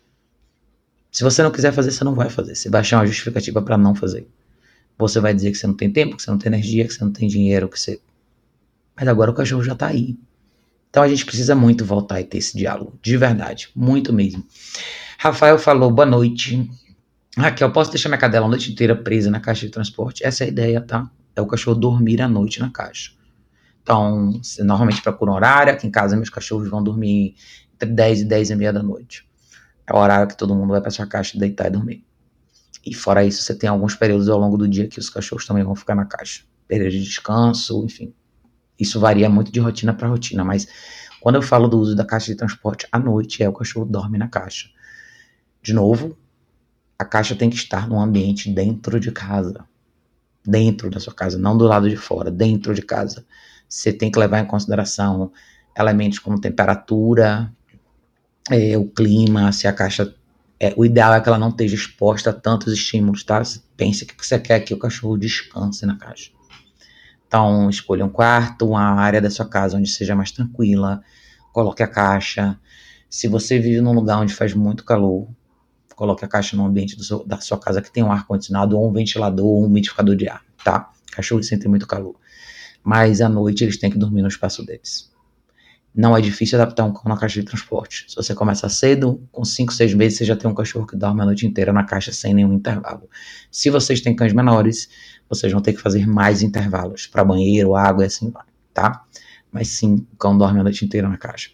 Speaker 1: Se você não quiser fazer, você não vai fazer. Você vai achar uma justificativa para não fazer. Você vai dizer que você não tem tempo, que você não tem energia, que você não tem dinheiro, que você... Mas agora o cachorro já tá aí. Então a gente precisa muito voltar e ter esse diálogo. De verdade. Muito mesmo. Rafael falou, boa noite. Raquel, posso deixar minha cadela a noite inteira presa na caixa de transporte? Essa é a ideia, tá? É o cachorro dormir à noite na caixa. Então, você normalmente procura um horário. Aqui em casa, meus cachorros vão dormir entre 10 e 10 e meia da noite. É o horário que todo mundo vai para sua caixa deitar e dormir. E fora isso, você tem alguns períodos ao longo do dia que os cachorros também vão ficar na caixa. Período de descanso, enfim. Isso varia muito de rotina para rotina, mas quando eu falo do uso da caixa de transporte à noite, o cachorro dorme na caixa. De novo, a caixa tem que estar num ambiente dentro de casa. Dentro da sua casa, não do lado de fora, dentro de casa. Você tem que levar em consideração elementos como temperatura, o clima, se a caixa... o ideal é que ela não esteja exposta a tantos estímulos, tá? Pense que você quer que o cachorro descanse na caixa. Então, escolha um quarto, uma área da sua casa onde seja mais tranquila, coloque a caixa. Se você vive num lugar onde faz muito calor, coloque a caixa no ambiente da sua casa que tem um ar-condicionado, ou um ventilador, ou um umidificador de ar, tá? Cachorros sentem muito calor. Mas à noite eles têm que dormir no espaço deles. Não é difícil adaptar um cão na caixa de transporte. Se você começa cedo, com 5, 6 meses, você já tem um cachorro que dorme a noite inteira na caixa sem nenhum intervalo. Se vocês têm cães menores, vocês vão ter que fazer mais intervalos para banheiro, água e assim vai, tá? Mas sim, o cão dorme a noite inteira na caixa.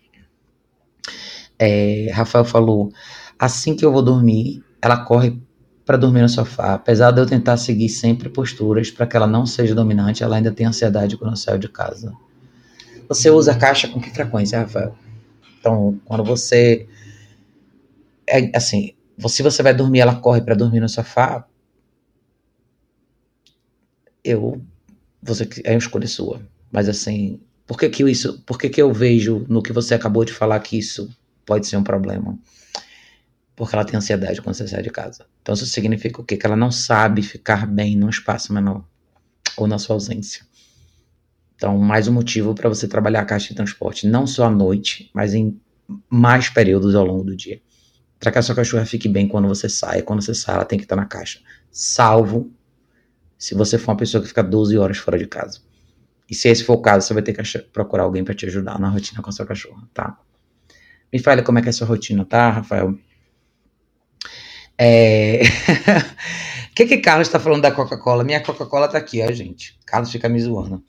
Speaker 1: Rafael falou, assim que eu vou dormir, ela corre para dormir no sofá. Apesar de eu tentar seguir sempre posturas para que ela não seja dominante, ela ainda tem ansiedade quando eu saio de casa. Você usa a caixa com que frequência, Rafael? Então, quando você... assim, se você vai dormir, ela corre para dormir no sofá, é uma escolha sua. Mas assim, por que eu vejo no que você acabou de falar que isso pode ser um problema? Porque ela tem ansiedade quando você sai de casa. Então isso significa o quê? Que ela não sabe ficar bem num espaço menor, ou na sua ausência. Então, mais um motivo para você trabalhar a caixa de transporte, não só à noite, mas em mais períodos ao longo do dia. Para que a sua cachorra fique bem quando você sai. Quando você sai, ela tem que estar na caixa. Salvo se você for uma pessoa que fica 12 horas fora de casa. E se esse for o caso, você vai ter que procurar alguém para te ajudar na rotina com a sua cachorra, tá? Me fale como é que é a sua rotina, tá, Rafael? É... O que Carlos tá falando da Coca-Cola? Minha Coca-Cola tá aqui, ó, gente. Carlos fica me zoando.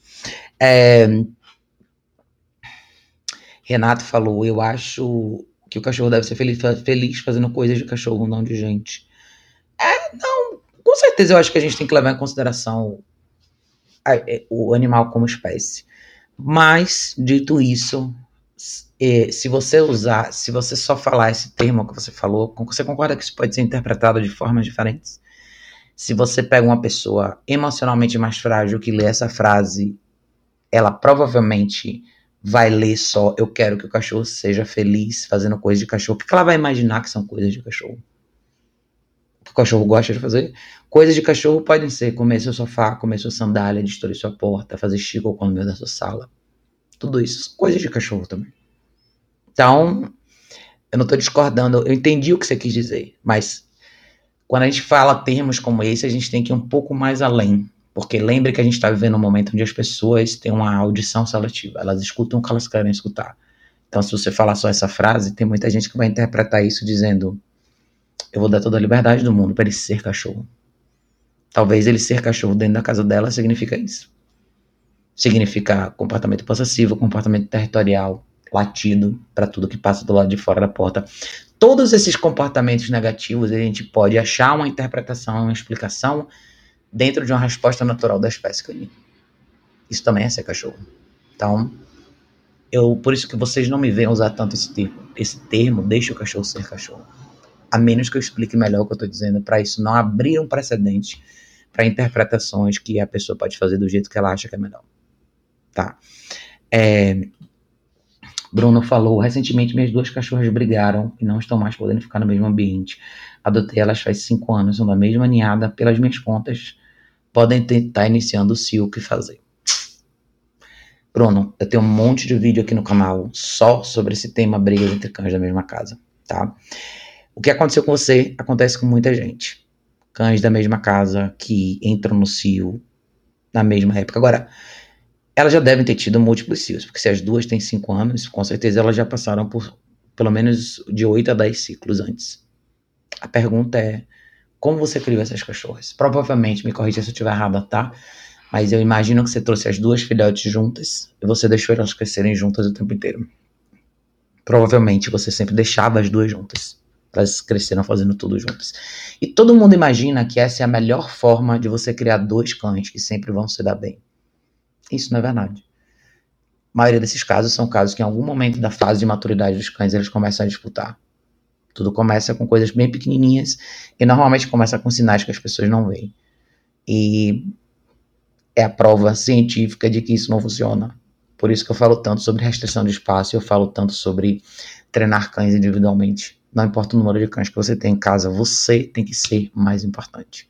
Speaker 1: Renato falou, eu acho que o cachorro deve ser feliz fazendo coisas de cachorro, não de gente. Não, com certeza eu acho que a gente tem que levar em consideração o animal como espécie. Mas, dito isso, se você só falar esse termo que você falou, você concorda que isso pode ser interpretado de formas diferentes? Se você pega uma pessoa emocionalmente mais frágil que lê essa frase, ela provavelmente vai ler só eu quero que o cachorro seja feliz fazendo coisas de cachorro. O que ela vai imaginar que são coisas de cachorro? O que o cachorro gosta de fazer? Coisas de cachorro podem ser comer seu sofá, comer sua sandália, destruir sua porta, fazer xixi no meio da sua sala. Tudo isso são coisas de cachorro também. Então, eu não estou discordando, eu entendi o que você quis dizer, mas quando a gente fala termos como esse, a gente tem que ir um pouco mais além. Porque lembre que a gente está vivendo um momento onde as pessoas têm uma audição seletiva, elas escutam o que elas querem escutar. Então, se você falar só essa frase, tem muita gente que vai interpretar isso dizendo: eu vou dar toda a liberdade do mundo para ele ser cachorro. Talvez ele ser cachorro dentro da casa dela significa isso. Significa comportamento possessivo, comportamento territorial, latido para tudo que passa do lado de fora da porta. Todos esses comportamentos negativos, a gente pode achar uma interpretação, uma explicação dentro de uma resposta natural da espécie canina. Isso também é ser cachorro. Então, por isso que vocês não me veem usar tanto esse termo, deixa o cachorro ser cachorro. A menos que eu explique melhor o que eu estou dizendo, para isso não abrir um precedente para interpretações que a pessoa pode fazer do jeito que ela acha que é melhor. Tá? Bruno falou, recentemente minhas duas cachorras brigaram e não estão mais podendo ficar no mesmo ambiente. Adotei elas faz 5 anos, são da mesma ninhada, pelas minhas contas, podem estar iniciando o cio, o que fazer. Bruno, eu tenho um monte de vídeo aqui no canal só sobre esse tema brigas entre cães da mesma casa, tá? O que aconteceu com você acontece com muita gente. Cães da mesma casa que entram no cio na mesma época. Agora, elas já devem ter tido múltiplos cios, porque se as duas têm 5 anos, com certeza elas já passaram por pelo menos de 8 a 10 ciclos antes. A pergunta é, como você criou essas cachorras? Provavelmente, me corrija se eu estiver errada, tá? Mas eu imagino que você trouxe as duas filhotes juntas e você deixou elas crescerem juntas o tempo inteiro. Provavelmente você sempre deixava as duas juntas. Elas cresceram fazendo tudo juntas. E todo mundo imagina que essa é a melhor forma de você criar dois cães que sempre vão se dar bem. Isso não é verdade. A maioria desses casos são casos que em algum momento da fase de maturidade dos cães eles começam a disputar. Tudo começa com coisas bem pequenininhas e normalmente começa com sinais que as pessoas não veem. E é a prova científica de que isso não funciona. Por isso que eu falo tanto sobre restrição de espaço e eu falo tanto sobre treinar cães individualmente. Não importa o número de cães que você tem em casa, você tem que ser mais importante.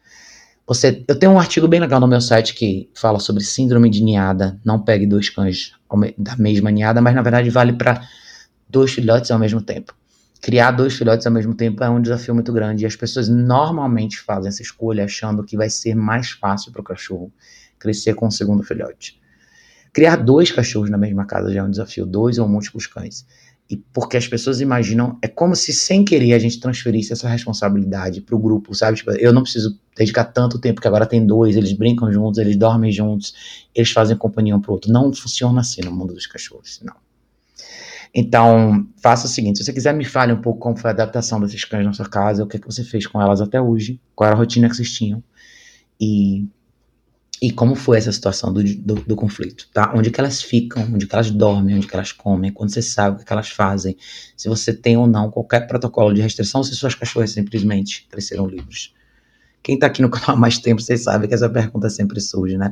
Speaker 1: Eu tenho um artigo bem legal no meu site que fala sobre síndrome de ninhada. Não pegue dois cães da mesma ninhada, mas na verdade vale para 2 filhotes ao mesmo tempo. Criar 2 filhotes ao mesmo tempo é um desafio muito grande e as pessoas normalmente fazem essa escolha achando que vai ser mais fácil para o cachorro crescer com o segundo filhote. Criar 2 cachorros na mesma casa já é um desafio, 2 ou múltiplos cães. E porque as pessoas imaginam, é como se sem querer a gente transferisse essa responsabilidade pro grupo, sabe? Tipo, eu não preciso dedicar tanto tempo, que agora tem 2, eles brincam juntos, eles dormem juntos, eles fazem companhia um pro outro. Não funciona assim no mundo dos cachorros, não. Então, faça o seguinte, se você quiser me fale um pouco como foi a adaptação desses cães na sua casa, o que você fez com elas até hoje, qual era a rotina que vocês tinham, e como foi essa situação do conflito, tá? Onde que elas ficam, onde que elas dormem, onde que elas comem, quando você sabe o que elas fazem, se você tem ou não qualquer protocolo de restrição, se suas cachorras simplesmente cresceram livres. Quem tá aqui no canal há mais tempo, vocês sabem que essa pergunta sempre surge, né?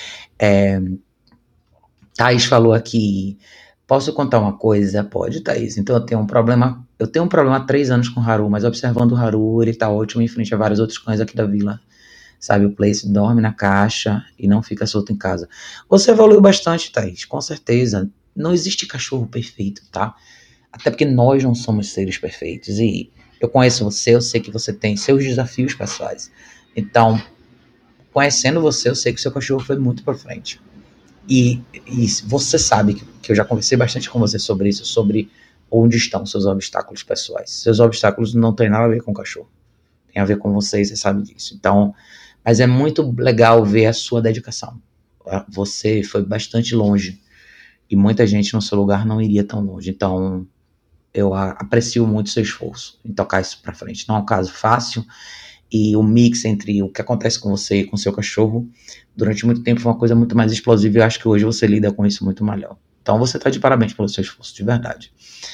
Speaker 1: Thaís falou aqui, posso contar uma coisa? Pode, Thaís. Então eu tenho um problema há 3 anos com o Haru, mas observando o Haru, ele tá ótimo em frente a vários outros cães aqui da vila. Sabe, o Place dorme na caixa e não fica solto em casa. Você evoluiu bastante, Thaís, com certeza. Não existe cachorro perfeito, tá? Até porque nós não somos seres perfeitos. E eu conheço você, eu sei que você tem seus desafios pessoais. Então, conhecendo você, eu sei que o seu cachorro foi muito pra frente. E você sabe que eu já conversei bastante com você sobre isso, sobre onde estão seus obstáculos pessoais. Seus obstáculos não têm nada a ver com o cachorro. tem a ver com você sabe disso. Então, mas é muito legal ver a sua dedicação. Você foi bastante longe e muita gente no seu lugar não iria tão longe. Então, eu aprecio muito o seu esforço em tocar isso pra frente. Não é um caso fácil e o mix entre o que acontece com você e com o seu cachorro durante muito tempo foi uma coisa muito mais explosiva e eu acho que hoje você lida com isso muito melhor. Então, você tá de parabéns pelo seu esforço, de verdade.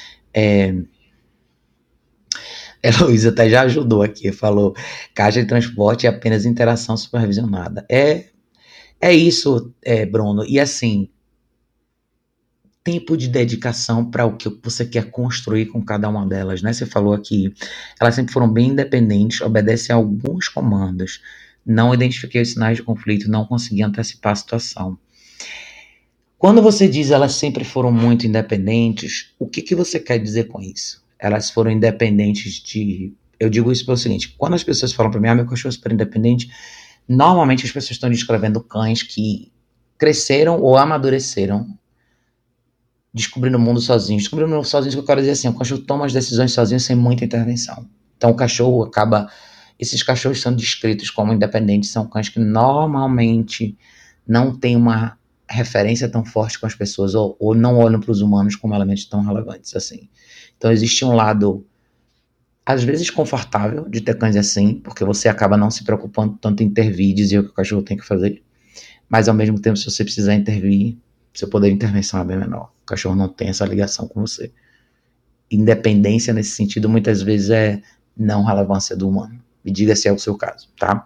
Speaker 1: Heloísa até já ajudou aqui, falou, caixa de transporte é apenas interação supervisionada. É isso, Bruno. E assim, tempo de dedicação para o que você quer construir com cada uma delas, né? Você falou aqui, elas sempre foram bem independentes, obedecem a alguns comandos. Não identifiquei os sinais de conflito, não consegui antecipar a situação. Quando você diz elas sempre foram muito independentes, o que você quer dizer com isso? Elas foram independentes de... Eu digo isso pelo seguinte, quando as pessoas falam para mim, meu cachorro é super independente, normalmente as pessoas estão descrevendo cães que cresceram ou amadureceram descobrindo o mundo sozinhos. Descobrindo o mundo sozinhos, que eu quero dizer assim, o cachorro toma as decisões sozinho sem muita intervenção. Então o cachorro acaba... Esses cachorros são descritos como independentes, são cães que normalmente não têm uma referência tão forte com as pessoas ou não olham para os humanos como elementos tão relevantes assim. Então existe um lado às vezes confortável de ter cães assim, porque você acaba não se preocupando tanto em intervir e dizer o que o cachorro tem que fazer, mas ao mesmo tempo se você precisar intervir, seu poder de intervenção é bem menor. O cachorro não tem essa ligação com você. Independência nesse sentido muitas vezes é não relevância do humano. Me diga se é o seu caso, tá?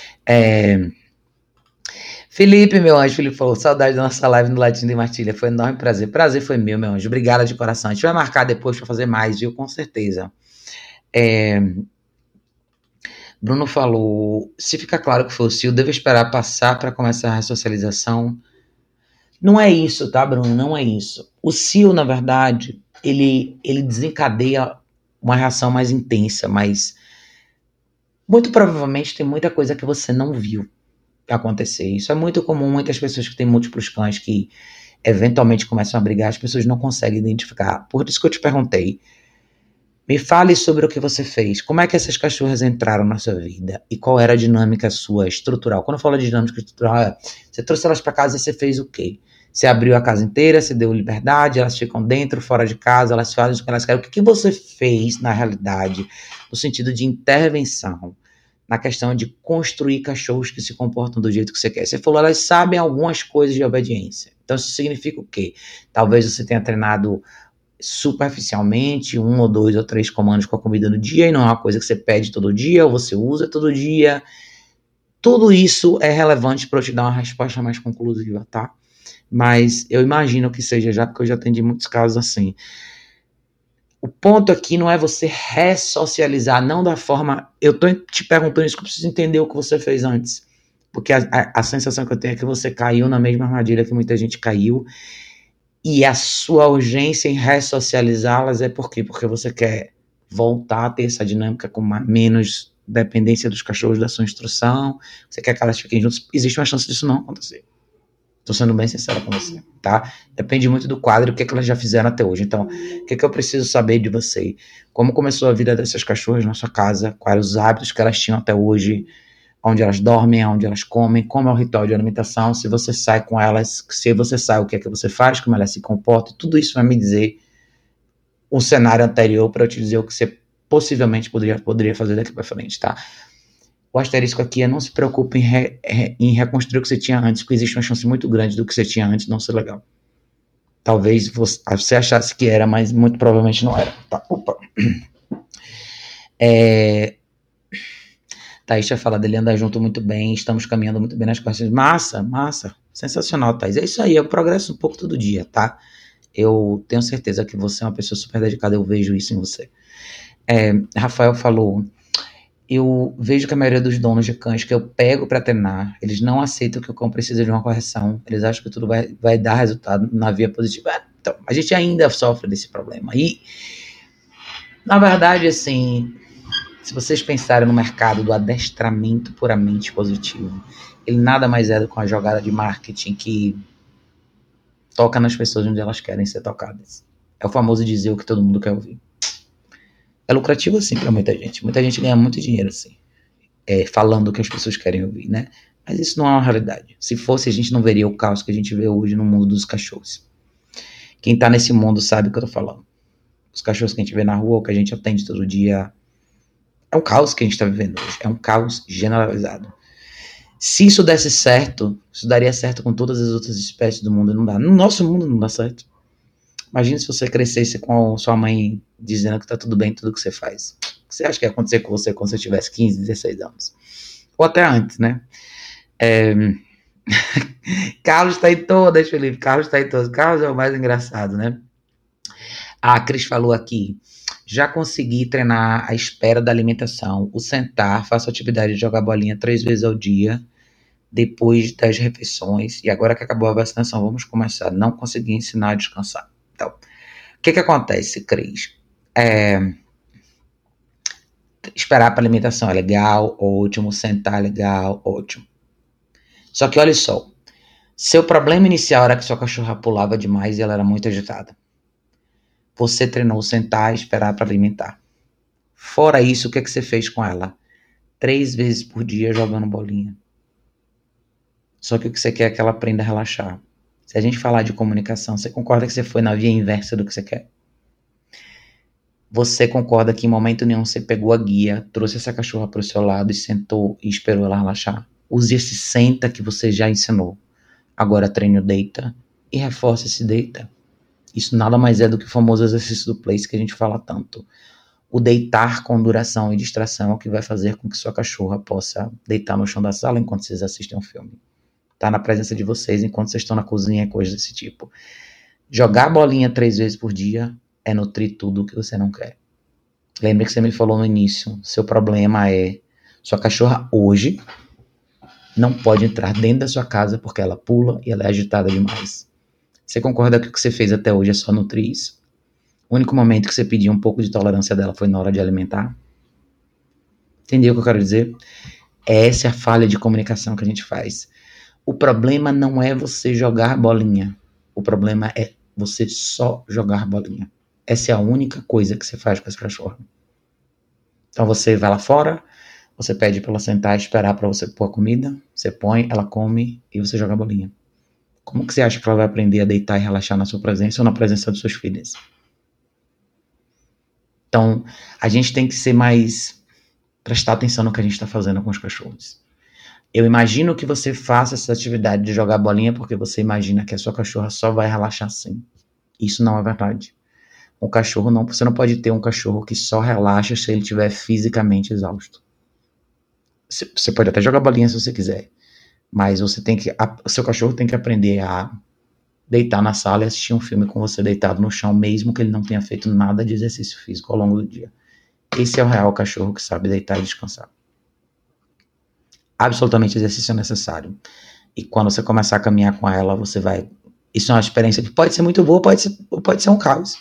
Speaker 1: Felipe, meu anjo, Felipe falou, saudade da nossa live no Latino de Martilha, foi um enorme prazer. Prazer foi meu anjo, obrigada de coração. A gente vai marcar depois para fazer mais, viu? Com certeza. Bruno falou, se fica claro que foi o Cio, devo esperar passar para começar a ressocialização. Não é isso, tá, Bruno? Não é isso. O Cio, na verdade, ele desencadeia uma reação mais intensa, mas muito provavelmente tem muita coisa que você não viu acontecer. Isso é muito comum, muitas pessoas que têm múltiplos cães que eventualmente começam a brigar, as pessoas não conseguem identificar. Por isso que eu te perguntei, me fale sobre o que você fez, como é que essas cachorras entraram na sua vida e qual era a dinâmica sua estrutural. Quando eu falo de dinâmica estrutural, você trouxe elas para casa e você fez o quê? Você abriu a casa inteira, você deu liberdade, elas ficam dentro, fora de casa, elas fazem o que elas querem. O que você fez, na realidade, no sentido de intervenção, na questão de construir cachorros que se comportam do jeito que você quer? Você falou, elas sabem algumas coisas de obediência. Então, isso significa o quê? Talvez você tenha treinado superficialmente 1 ou 2 ou 3 comandos com a comida no dia, e não é uma coisa que você pede todo dia, ou você usa todo dia. Tudo isso é relevante para eu te dar uma resposta mais conclusiva, tá? Mas eu imagino que seja já, porque eu já atendi muitos casos assim. O ponto aqui não é você ressocializar, não da forma... Eu tô te perguntando isso, que eu preciso entender o que você fez antes. Porque a sensação que eu tenho é que você caiu na mesma armadilha que muita gente caiu, e a sua urgência em ressocializá-las é por quê? Porque você quer voltar a ter essa dinâmica com menos dependência dos cachorros da sua instrução, você quer que elas fiquem juntas. Existe uma chance disso não acontecer. Tô sendo bem sincero com você, tá? Depende muito do quadro, o que elas já fizeram até hoje. Então, o que eu preciso saber de você? Como começou a vida dessas cachorras na sua casa? Quais os hábitos que elas tinham até hoje? Onde elas dormem, onde elas comem, como é o ritual de alimentação, se você sai com elas, se você sai, o que é que você faz, como elas se comportam, tudo isso vai me dizer o cenário anterior para eu te dizer o que você possivelmente poderia fazer daqui para frente, tá? O asterisco aqui é não se preocupe em reconstruir o que você tinha antes, porque existe uma chance muito grande do que você tinha antes não ser legal. Talvez você achasse que era, mas muito provavelmente não era. Tá? Opa. Thaís tinha falado, ele anda junto muito bem, estamos caminhando muito bem nas costas. Massa, sensacional, Thaís. É isso aí, eu progresso um pouco todo dia, tá? Eu tenho certeza que você é uma pessoa super dedicada, eu vejo isso em você. Rafael falou, eu vejo que a maioria dos donos de cães que eu pego para treinar, eles não aceitam que o cão precisa de uma correção, eles acham que tudo vai dar resultado na via positiva. Então, a gente ainda sofre desse problema. E, na verdade, assim, se vocês pensarem no mercado do adestramento puramente positivo, ele nada mais é do que uma jogada de marketing que toca nas pessoas onde elas querem ser tocadas. É o famoso dizer o que todo mundo quer ouvir. É lucrativo assim pra muita gente. Muita gente ganha muito dinheiro assim. falando o que as pessoas querem ouvir, né? Mas isso não é uma realidade. Se fosse, a gente não veria o caos que a gente vê hoje no mundo dos cachorros. Quem tá nesse mundo sabe o que eu tô falando. Os cachorros que a gente vê na rua, o que a gente atende todo dia, é um caos que a gente tá vivendo hoje. É um caos generalizado. Se isso desse certo, isso daria certo com todas as outras espécies do mundo. Não dá. No nosso mundo não dá certo. Imagina se você crescesse com sua mãe dizendo que tá tudo bem tudo que você faz. O que você acha que ia acontecer com você quando você tivesse 15, 16 anos? Ou até antes, né? Carlos tá em todas, Felipe. Carlos tá em todas. Carlos é o mais engraçado, né? A Cris falou aqui. Já consegui treinar a espera da alimentação, o sentar, faço atividade de jogar bolinha 3 vezes ao dia, depois das refeições. E agora que acabou a vacinação, vamos começar. Não consegui ensinar a descansar. Então, o que acontece, Cris? Esperar para alimentação é legal, ótimo. Sentar é legal, ótimo. Só que olha só. Seu problema inicial era que sua cachorra pulava demais e ela era muito agitada. Você treinou sentar e esperar para alimentar. Fora isso, o que você fez com ela? 3 vezes por dia jogando bolinha. Só que o que você quer é que ela aprenda a relaxar. Se a gente falar de comunicação, você concorda que você foi na via inversa do que você quer? Você concorda que em momento nenhum você pegou a guia, trouxe essa cachorra para o seu lado e sentou e esperou ela relaxar? Use esse senta que você já ensinou. Agora treine o deita e reforce esse deita. Isso nada mais é do que o famoso exercício do place que a gente fala tanto. O deitar com duração e distração é o que vai fazer com que sua cachorra possa deitar no chão da sala enquanto vocês assistem um filme. Tá na presença de vocês enquanto vocês estão na cozinha e coisas desse tipo. Jogar bolinha 3 vezes por dia é nutrir tudo o que você não quer. Lembra que você me falou no início, seu problema é sua cachorra hoje não pode entrar dentro da sua casa porque ela pula e ela é agitada demais. Você concorda que o que você fez até hoje é só nutrir isso? O único momento que você pediu um pouco de tolerância dela foi na hora de alimentar? Entendeu o que eu quero dizer? Essa é a falha de comunicação que a gente faz. O problema não é você jogar bolinha. O problema é você só jogar bolinha. Essa é a única coisa que você faz com esse cachorro. Então você vai lá fora, você pede para ela sentar e esperar para você pôr a comida, você põe, ela come e você joga bolinha. Como que você acha que ela vai aprender a deitar e relaxar na sua presença ou na presença dos seus filhos? Então, a gente tem que ser mais... prestar atenção no que a gente está fazendo com os cachorros. Eu imagino que você faça essa atividade de jogar bolinha porque você imagina que a sua cachorra só vai relaxar assim. Isso não é verdade. Um cachorro não... Você não pode ter um cachorro que só relaxa se ele estiver fisicamente exausto. Você pode até jogar bolinha se você quiser. Mas você tem que... O seu cachorro tem que aprender a deitar na sala e assistir um filme com você deitado no chão, mesmo que ele não tenha feito nada de exercício físico ao longo do dia. Esse é o real cachorro que sabe deitar e descansar. Absolutamente exercício é necessário. E quando você começar a caminhar com ela, você vai... Isso é uma experiência que pode ser muito boa, pode ser um caos.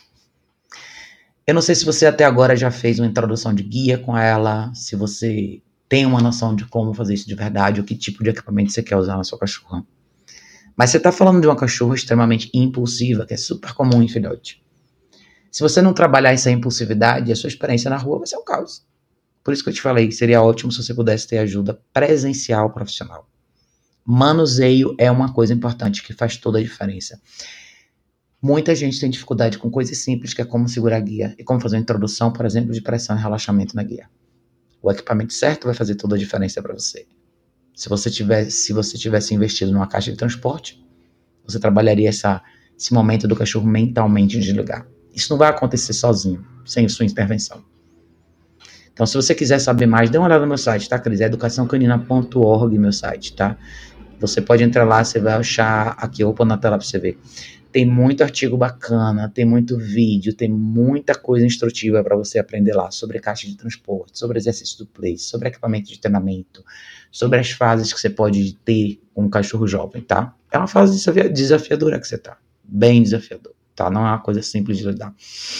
Speaker 1: Eu não sei se você até agora já fez uma introdução de guia com ela, se você tem uma noção de como fazer isso de verdade, ou que tipo de equipamento você quer usar na sua cachorra. Mas você está falando de uma cachorra extremamente impulsiva, que é super comum em filhote. Se você não trabalhar essa impulsividade, a sua experiência na rua vai ser um caos. Por isso que eu te falei que seria ótimo se você pudesse ter ajuda presencial profissional. Manuseio é uma coisa importante que faz toda a diferença. Muita gente tem dificuldade com coisas simples, que é como segurar a guia e como fazer uma introdução, por exemplo, de pressão e relaxamento na guia. O equipamento certo vai fazer toda a diferença para você. Se você tivesse investido numa caixa de transporte, você trabalharia esse momento do cachorro mentalmente desligar. Isso não vai acontecer sozinho, sem sua intervenção. Então, se você quiser saber mais, dê uma olhada no meu site, tá, Cris? É educaçãocanina.org, meu site, tá? Você pode entrar lá, você vai achar aqui, eu vou pôr na tela para você ver. Tem muito artigo bacana, tem muito vídeo, tem muita coisa instrutiva para você aprender lá sobre caixa de transporte, sobre exercício do place, sobre equipamento de treinamento, sobre as fases que você pode ter com um cachorro jovem, tá? É uma fase desafiadora que você tá, bem desafiador, tá? Não é uma coisa simples de lidar.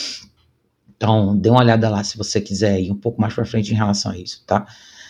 Speaker 1: Então, dê uma olhada lá se você quiser ir um pouco mais para frente em relação a isso, tá?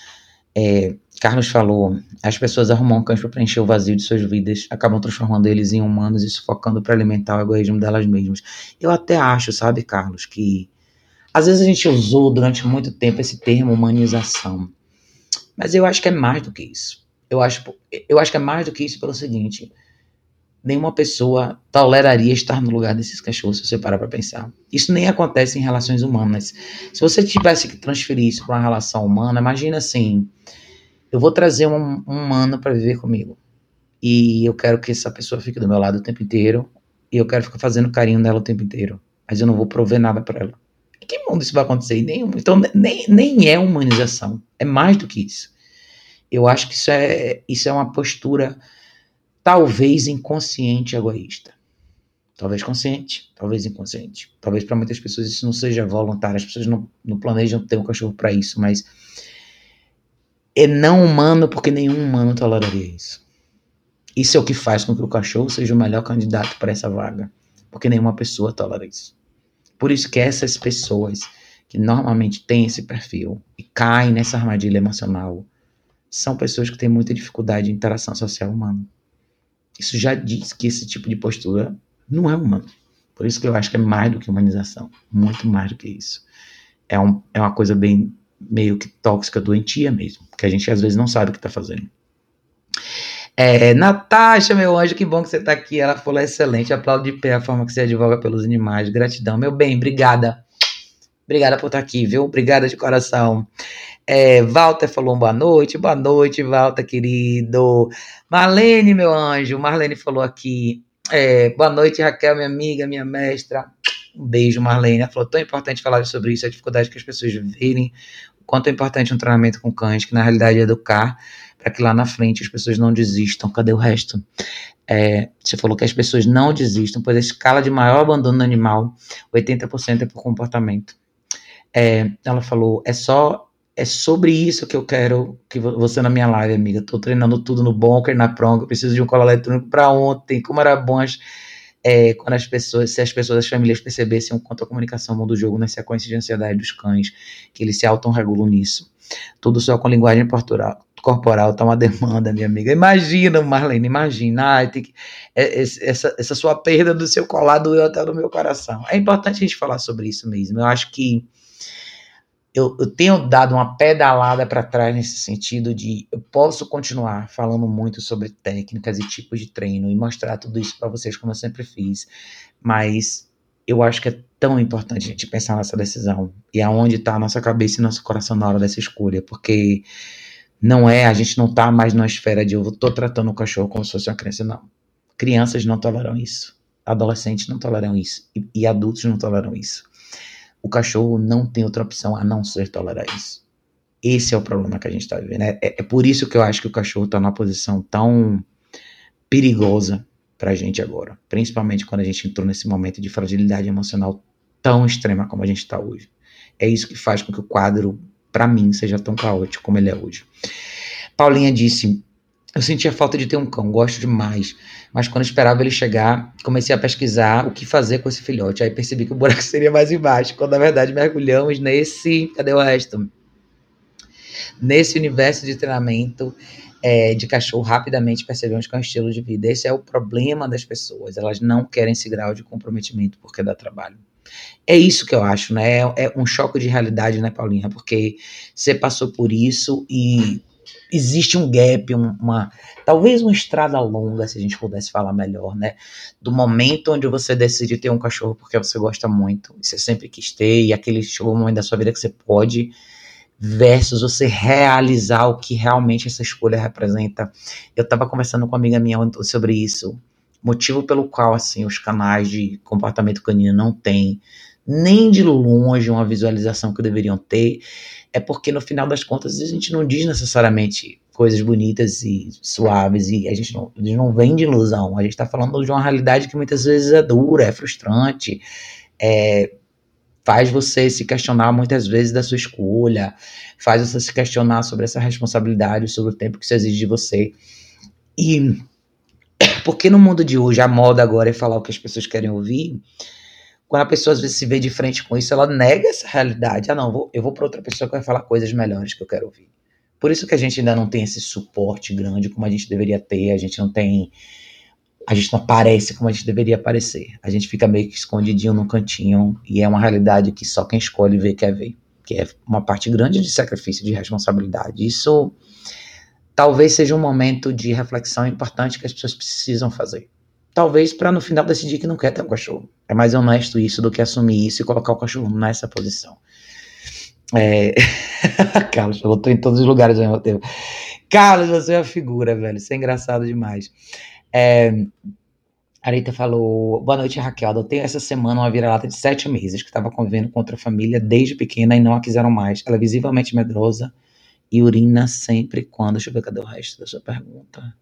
Speaker 1: Carlos falou, as pessoas arrumam cães para preencher o vazio de suas vidas, acabam transformando eles em humanos e sufocando para alimentar o egoísmo delas mesmas. Eu até acho, sabe, Carlos, que às vezes a gente usou durante muito tempo esse termo humanização. Mas eu acho que é mais do que isso. Eu acho que é mais do que isso pelo seguinte: nenhuma pessoa toleraria estar no lugar desses cachorros, se você parar pra pensar. Isso nem acontece em relações humanas. Se você tivesse que transferir isso para uma relação humana, imagina assim: eu vou trazer um humano para viver comigo. E eu quero que essa pessoa fique do meu lado o tempo inteiro. E eu quero ficar fazendo carinho nela o tempo inteiro. Mas eu não vou prover nada para ela. Em que mundo isso vai acontecer? Nenhum. Então, nem é humanização. É mais do que isso. Eu acho que isso é uma postura talvez inconsciente e egoísta. Talvez consciente, talvez inconsciente. Talvez para muitas pessoas isso não seja voluntário. As pessoas não planejam ter um cachorro para isso. Mas é não humano porque nenhum humano toleraria isso. Isso é o que faz com que o cachorro seja o melhor candidato para essa vaga. Porque nenhuma pessoa tolera isso. Por isso que essas pessoas que normalmente têm esse perfil e caem nessa armadilha emocional são pessoas que têm muita dificuldade de interação social humana. Isso já diz que esse tipo de postura não é humano. Por isso que eu acho que é mais do que humanização. Muito mais do que isso. É uma coisa bem meio que tóxica, doentia mesmo. Que a gente às vezes não sabe o que está fazendo. Natasha, meu anjo, que bom que você está aqui. Ela falou excelente. Aplaudo de pé a forma que você advoga pelos animais. Gratidão. Meu bem, obrigada. Obrigada por estar aqui, viu? Obrigada de coração. Walter falou boa noite, Walter, querido. Marlene, meu anjo, Marlene falou aqui. Boa noite, Raquel, minha amiga, minha mestra. Um beijo, Marlene. Ela falou, tão importante falar sobre isso, a dificuldade que as pessoas verem o quanto é importante um treinamento com cães, que na realidade é educar, para que lá na frente as pessoas não desistam. Cadê o resto? Você falou que as pessoas não desistam, pois a escala de maior abandono no animal, 80% é por comportamento. Ela falou, é sobre isso que eu quero que você na minha live, amiga. Tô treinando tudo no bunker, na pronga, preciso de um colar eletrônico para ontem. Como era bom quando se as pessoas, as famílias percebessem o quanto a comunicação muda o jogo na sequência de ansiedade dos cães, que eles se autorregulam nisso. Tudo só com linguagem corporal tá uma demanda, minha amiga. Imagina, Marlene, imagina. Essa sua perda do seu colar doeu até no meu coração. É importante a gente falar sobre isso mesmo. Eu acho que eu tenho dado uma pedalada para trás nesse sentido de eu posso continuar falando muito sobre técnicas e tipos de treino e mostrar tudo isso para vocês como eu sempre fiz, mas eu acho que é tão importante a gente pensar nessa decisão e aonde está a nossa cabeça e nosso coração na hora dessa escolha, porque a gente não está mais numa esfera de eu estou tratando o cachorro como se fosse uma criança, não. Crianças não toleram isso, adolescentes não toleram isso e adultos não toleram isso. O cachorro não tem outra opção a não ser tolerar isso. Esse é o problema que a gente está vivendo. É por isso que eu acho que o cachorro está numa posição tão perigosa para a gente agora. Principalmente quando a gente entrou nesse momento de fragilidade emocional tão extrema como a gente está hoje. É isso que faz com que o quadro, para mim, seja tão caótico como ele é hoje. Paulinha disse... Eu sentia falta de ter um cão, gosto demais. Mas quando esperava ele chegar, comecei a pesquisar o que fazer com esse filhote. Aí percebi que o buraco seria mais embaixo. Quando na verdade mergulhamos nesse... Cadê o resto? Nesse universo de treinamento de cachorro, rapidamente percebemos que é um estilo de vida. Esse é o problema das pessoas. Elas não querem esse grau de comprometimento porque dá trabalho. É isso que eu acho, né? É um choque de realidade, né, Paulinha? Porque você passou por isso e... existe um gap, talvez uma estrada longa, se a gente pudesse falar melhor, né? Do momento onde você decide ter um cachorro porque você gosta muito, você sempre quis ter, e aquele chegou um momento da sua vida que você pode, versus você realizar o que realmente essa escolha representa. Eu tava conversando com uma amiga minha sobre isso, motivo pelo qual, assim, os canais de comportamento canino não têm nem de longe uma visualização que deveriam ter, é porque no final das contas a gente não diz necessariamente coisas bonitas e suaves e a gente não vem de ilusão, a gente está falando de uma realidade que muitas vezes é dura, é frustrante, faz você se questionar muitas vezes da sua escolha, faz você se questionar sobre essa responsabilidade, sobre o tempo que isso exige de você. E porque no mundo de hoje a moda agora é falar o que as pessoas querem ouvir, quando a pessoa às vezes se vê de frente com isso, ela nega essa realidade. Eu vou para outra pessoa que vai falar coisas melhores que eu quero ouvir. Por isso que a gente ainda não tem esse suporte grande como a gente deveria ter, a gente não aparece como a gente deveria aparecer. A gente fica meio que escondidinho num cantinho e é uma realidade que só quem escolhe ver quer ver. que é uma parte grande de sacrifício, de responsabilidade. Isso talvez seja um momento de reflexão importante que as pessoas precisam fazer. Talvez para no final decidir que não quer ter um cachorro. É mais honesto isso do que assumir isso e colocar o cachorro nessa posição. Carlos, eu tô em todos os lugares ao mesmo tempo. Carlos, você é uma figura, velho. Isso é engraçado demais. A Rita falou, boa noite, Raquel. Adotei essa semana uma vira-lata de 7 meses que estava convivendo com outra família desde pequena e não a quiseram mais. Ela é visivelmente medrosa e urina sempre quando... Deixa eu ver, cadê o resto da sua pergunta?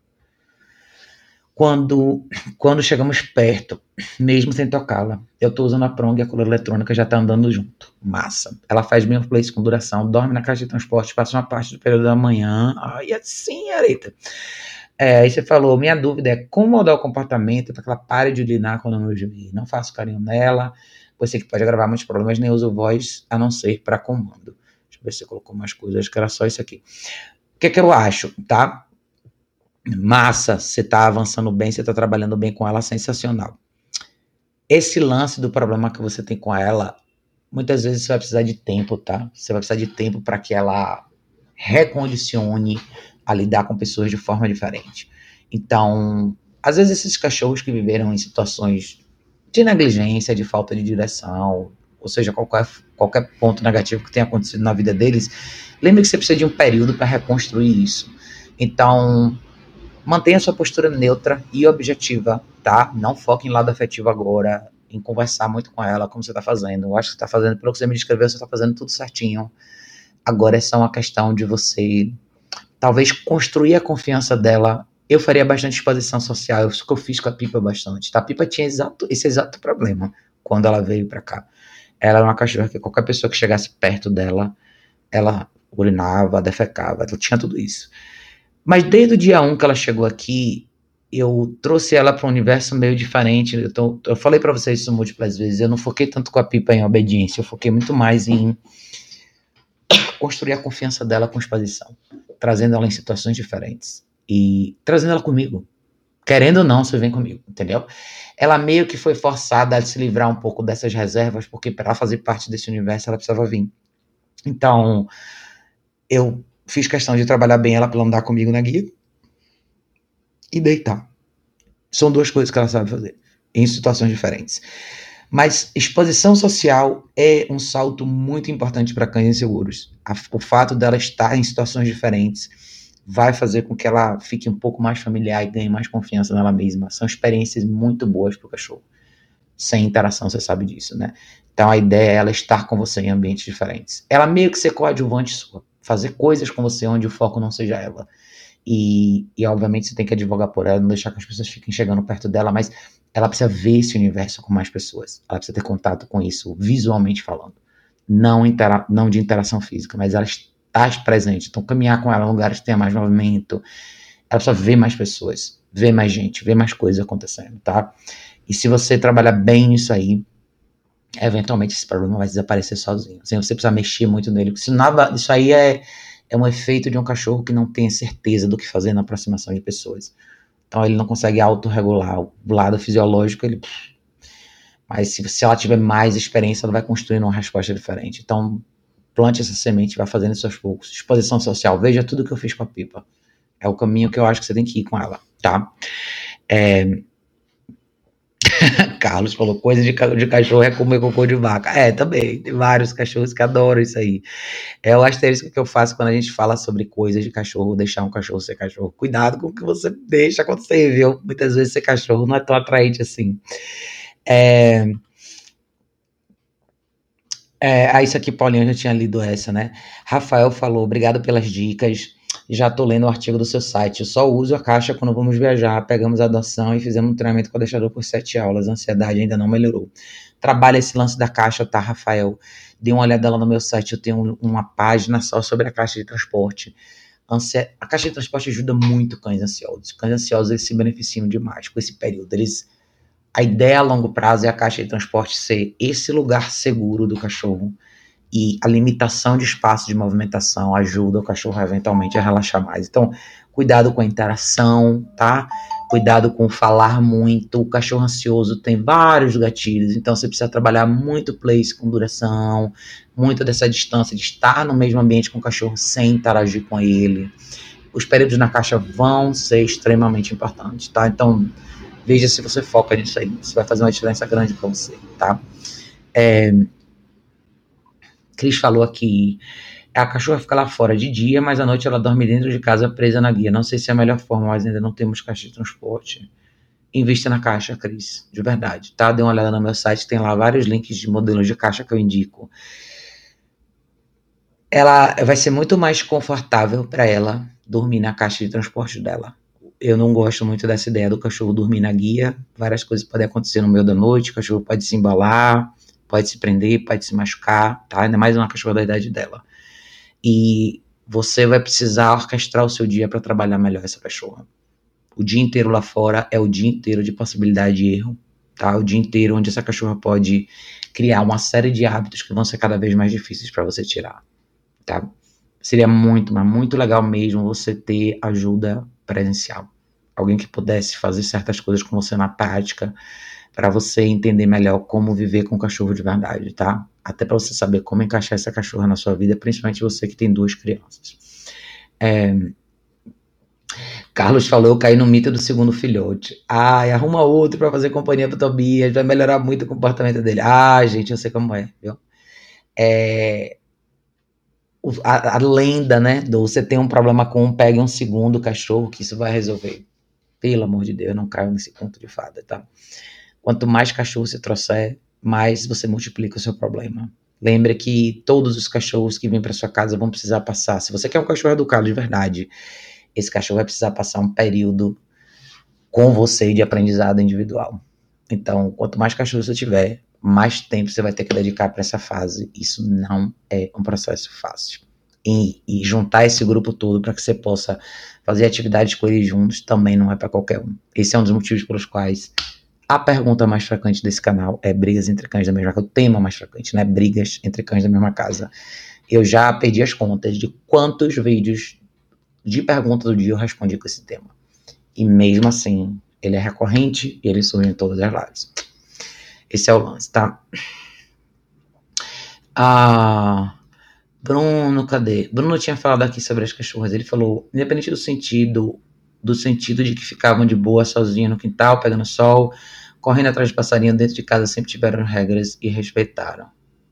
Speaker 1: Quando chegamos perto, mesmo sem tocá-la. Eu tô usando a prong e a coleira eletrônica já tá andando junto. Massa. Ela faz mesmo place com duração, dorme na caixa de transporte, passa uma parte do período da manhã. Ai, assim, Arita. Aí você falou, minha dúvida é como mudar o comportamento para que ela pare de urinar quando eu não vir. Não faço carinho nela, pois sei que pode agravar muitos problemas, nem uso voz a não ser para comando. Deixa eu ver se você colocou mais coisas, acho que era só isso aqui. O que eu acho, tá? Massa, você tá avançando bem, você tá trabalhando bem com ela, sensacional. Esse lance do problema que você tem com ela, muitas vezes você vai precisar de tempo, tá? Você vai precisar de tempo para que ela recondicione a lidar com pessoas de forma diferente. Então, às vezes esses cachorros que viveram em situações de negligência, de falta de direção, ou seja, qualquer ponto negativo que tenha acontecido na vida deles, lembre que você precisa de um período para reconstruir isso. Então, mantenha sua postura neutra e objetiva, tá? Não foque em lado afetivo agora, em conversar muito com ela, como você tá fazendo. Eu acho que você tá fazendo, pelo que você me descreveu, você tá fazendo tudo certinho. Agora é só uma questão de você, talvez, construir a confiança dela. Eu faria bastante exposição social, isso que eu fiz com a Pipa bastante, tá? A Pipa tinha esse exato problema quando ela veio pra cá. Ela era uma cachorra que qualquer pessoa que chegasse perto dela, ela urinava, defecava, ela tinha tudo isso. Mas desde o dia 1 que ela chegou aqui, eu trouxe ela para um universo meio diferente. Eu falei para vocês isso múltiplas vezes. Eu não foquei tanto com a Pipa em obediência, eu foquei muito mais em construir a confiança dela com exposição, trazendo ela em situações diferentes e trazendo ela comigo. Querendo ou não, você vem comigo, entendeu? Ela meio que foi forçada a se livrar um pouco dessas reservas, porque para ela fazer parte desse universo ela precisava vir. Então, eu fiz questão de trabalhar bem ela para ela andar comigo na guia e deitar. São duas coisas que ela sabe fazer, em situações diferentes. Mas exposição social é um salto muito importante para cães inseguros. O fato dela estar em situações diferentes vai fazer com que ela fique um pouco mais familiar e ganhe mais confiança nela mesma. São experiências muito boas para o cachorro. Sem interação, você sabe disso, né? Então a ideia é ela estar com você em ambientes diferentes. Ela meio que ser coadjuvante sua. Fazer coisas com você onde o foco não seja ela. E obviamente você tem que advogar por ela, não deixar que as pessoas fiquem chegando perto dela, mas ela precisa ver esse universo com mais pessoas. Ela precisa ter contato com isso, visualmente falando. Não de interação física, mas ela está presente. Então caminhar com ela em lugares que tenha mais movimento. Ela precisa ver mais pessoas, ver mais gente, ver mais coisas acontecendo, tá? E se você trabalhar bem nisso aí, eventualmente esse problema vai desaparecer sozinho. Sem você precisar mexer muito nele. Isso aí é um efeito de um cachorro que não tem certeza do que fazer na aproximação de pessoas. Então ele não consegue autorregular o lado fisiológico. Mas se ela tiver mais experiência, ela vai construindo uma resposta diferente. Então plante essa semente, vai fazendo isso aos poucos. Exposição social, veja tudo que eu fiz com a Pipa. É o caminho que eu acho que você tem que ir com ela, tá? Carlos falou, coisa de cachorro é comer cocô de vaca. Também, tem vários cachorros que adoram isso aí. É o asterisco que eu faço quando a gente fala sobre coisas de cachorro, deixar um cachorro ser cachorro. Cuidado com o que você deixa acontecer, viu? Muitas vezes ser cachorro não é tão atraente assim. Isso aqui, Paulinho, eu já tinha lido essa, né? Rafael falou, obrigado pelas dicas. Já tô lendo o artigo do seu site. Eu só uso a caixa quando vamos viajar. Pegamos a adoção e fizemos um treinamento com o adestrador por 7 aulas. A ansiedade ainda não melhorou. Trabalha esse lance da caixa, tá, Rafael? Dê uma olhada lá no meu site. Eu tenho uma página só sobre a caixa de transporte. A caixa de transporte ajuda muito cães ansiosos. Cães ansiosos, eles se beneficiam demais com esse período. A ideia a longo prazo é a caixa de transporte ser esse lugar seguro do cachorro. E a limitação de espaço de movimentação ajuda o cachorro eventualmente a relaxar mais. Então, cuidado com a interação, tá? Cuidado com falar muito. O cachorro ansioso tem vários gatilhos, então você precisa trabalhar muito place com duração, muito dessa distância de estar no mesmo ambiente com o cachorro sem interagir com ele. Os períodos na caixa vão ser extremamente importantes, tá? Então, veja se você foca nisso aí. Isso vai fazer uma diferença grande para você, tá? Cris falou aqui, a cachorra fica lá fora de dia, mas à noite ela dorme dentro de casa presa na guia. Não sei se é a melhor forma, mas ainda não temos caixa de transporte. Invista na caixa, Cris, de verdade, tá? Dê uma olhada no meu site, tem lá vários links de modelos de caixa que eu indico. Ela vai ser muito mais confortável para ela dormir na caixa de transporte dela. Eu não gosto muito dessa ideia do cachorro dormir na guia. Várias coisas podem acontecer no meio da noite, o cachorro pode se embalar, pode se prender, pode se machucar, tá? Ainda mais uma cachorra da idade dela. E você vai precisar orquestrar o seu dia para trabalhar melhor essa cachorra. O dia inteiro lá fora é o dia inteiro de possibilidade de erro, tá? O dia inteiro onde essa cachorra pode criar uma série de hábitos que vão ser cada vez mais difíceis para você tirar, tá? Seria muito, mas muito legal mesmo você ter ajuda presencial. Alguém que pudesse fazer certas coisas com você na prática, para você entender melhor como viver com o cachorro de verdade, tá? Até para você saber como encaixar essa cachorra na sua vida, principalmente você que tem 2 crianças. Carlos falou, eu caí no mito do segundo filhote. Ai, arruma outro para fazer companhia pro Tobias, vai melhorar muito o comportamento dele. Ah, gente, eu sei como é, viu? A lenda, né, do você tem um problema com um, pegue um segundo cachorro, que isso vai resolver. Pelo amor de Deus, eu não caio nesse conto de fada, tá? Quanto mais cachorro você trouxer, mais você multiplica o seu problema. Lembre que todos os cachorros que vêm para sua casa vão precisar passar. Se você quer um cachorro educado de verdade, esse cachorro vai precisar passar um período com você de aprendizado individual. Então, quanto mais cachorro você tiver, mais tempo você vai ter que dedicar para essa fase. Isso não é um processo fácil. E juntar esse grupo todo para que você possa fazer atividades com eles juntos também não é para qualquer um. Esse é um dos motivos pelos quais a pergunta mais frequente desse canal é brigas entre cães da mesma casa. O tema mais frequente, né? Brigas entre cães da mesma casa. Eu já perdi as contas de quantos vídeos de perguntas do dia eu respondi com esse tema. E mesmo assim, ele é recorrente e ele surge em todas as lives. Esse é o lance, tá? Bruno, cadê? Bruno tinha falado aqui sobre as cachorras. Ele falou, independente do sentido de que ficavam de boa sozinhos no quintal, pegando sol, correndo atrás de passarinho dentro de casa, sempre tiveram regras e respeitaram.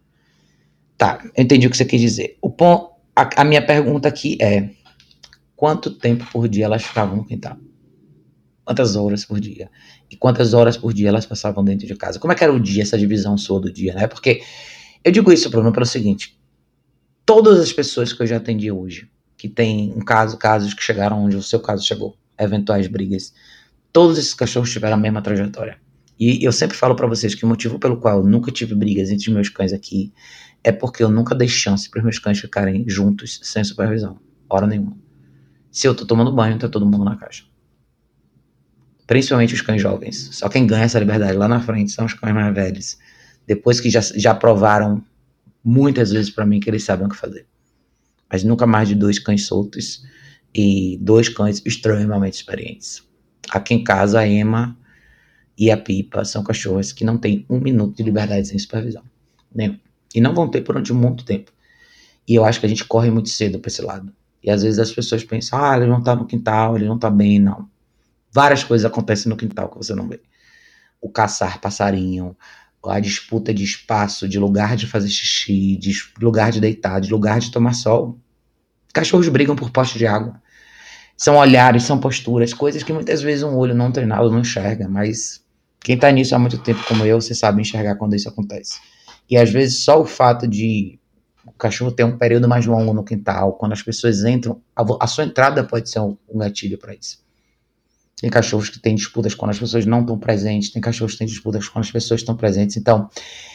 Speaker 1: Tá, eu entendi o que você quis dizer. A minha pergunta aqui é, quanto tempo por dia elas ficavam no quintal? Quantas horas por dia? E quantas horas por dia elas passavam dentro de casa? Como é que era o dia, essa divisão sua do dia, né? Porque eu digo isso, Bruno, pelo seguinte, todas as pessoas que eu já atendi hoje, que tem casos que chegaram onde o seu caso chegou, eventuais brigas, todos esses cachorros tiveram a mesma trajetória. E eu sempre falo para vocês que o motivo pelo qual eu nunca tive brigas entre os meus cães aqui é porque eu nunca dei chance para os meus cães ficarem juntos sem supervisão, hora nenhuma. Se eu tô tomando banho, tá todo mundo na caixa. Principalmente os cães jovens. Só quem ganha essa liberdade lá na frente são os cães mais velhos. Depois que já provaram muitas vezes para mim que eles sabem o que fazer. Mas nunca mais de 2 cães soltos e 2 cães extremamente experientes. Aqui em casa, a Emma e a Pipa são cachorras que não têm 1 minuto de liberdade sem supervisão. Nenhum. E não vão ter durante muito tempo. E eu acho que a gente corre muito cedo para esse lado. E às vezes as pessoas pensam, ele não tá no quintal, ele não tá bem, não. Várias coisas acontecem no quintal que você não vê. O caçar passarinho, a disputa de espaço, de lugar de fazer xixi, de lugar de deitar, de lugar de tomar sol. Cachorros brigam por poste de água. São olhares, são posturas, coisas que muitas vezes um olho não treinado não enxerga, mas quem tá nisso há muito tempo como eu, você sabe enxergar quando isso acontece. E às vezes só o fato de o cachorro ter um período mais longo no quintal, quando as pessoas entram, a sua entrada pode ser um gatilho para isso. Tem cachorros que têm disputas quando as pessoas não estão presentes, tem cachorros que têm disputas quando as pessoas estão presentes, então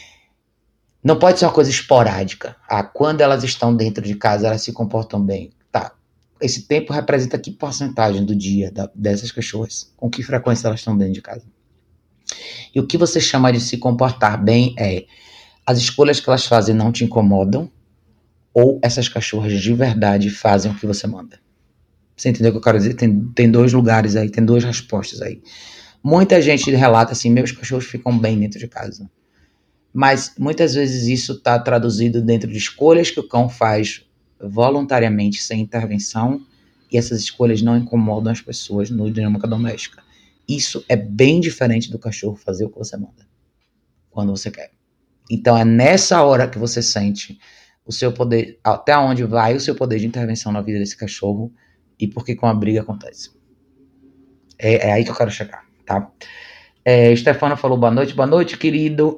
Speaker 1: não pode ser uma coisa esporádica. Quando elas estão dentro de casa, elas se comportam bem. Tá, esse tempo representa que porcentagem do dia dessas cachorras? Com que frequência elas estão dentro de casa? E o que você chama de se comportar bem é as escolhas que elas fazem não te incomodam ou essas cachorras de verdade fazem o que você manda? Você entendeu o que eu quero dizer? Tem dois lugares aí, tem duas respostas aí. Muita gente relata assim, meus cachorros ficam bem dentro de casa. Mas muitas vezes isso está traduzido dentro de escolhas que o cão faz voluntariamente, sem intervenção, e essas escolhas não incomodam as pessoas no dinâmica doméstica. Isso é bem diferente do cachorro fazer o que você manda, quando você quer. Então é nessa hora que você sente o seu poder, até onde vai o seu poder de intervenção na vida desse cachorro e por que com a briga acontece. É aí que eu quero chegar, tá? Stefano falou boa noite, querido.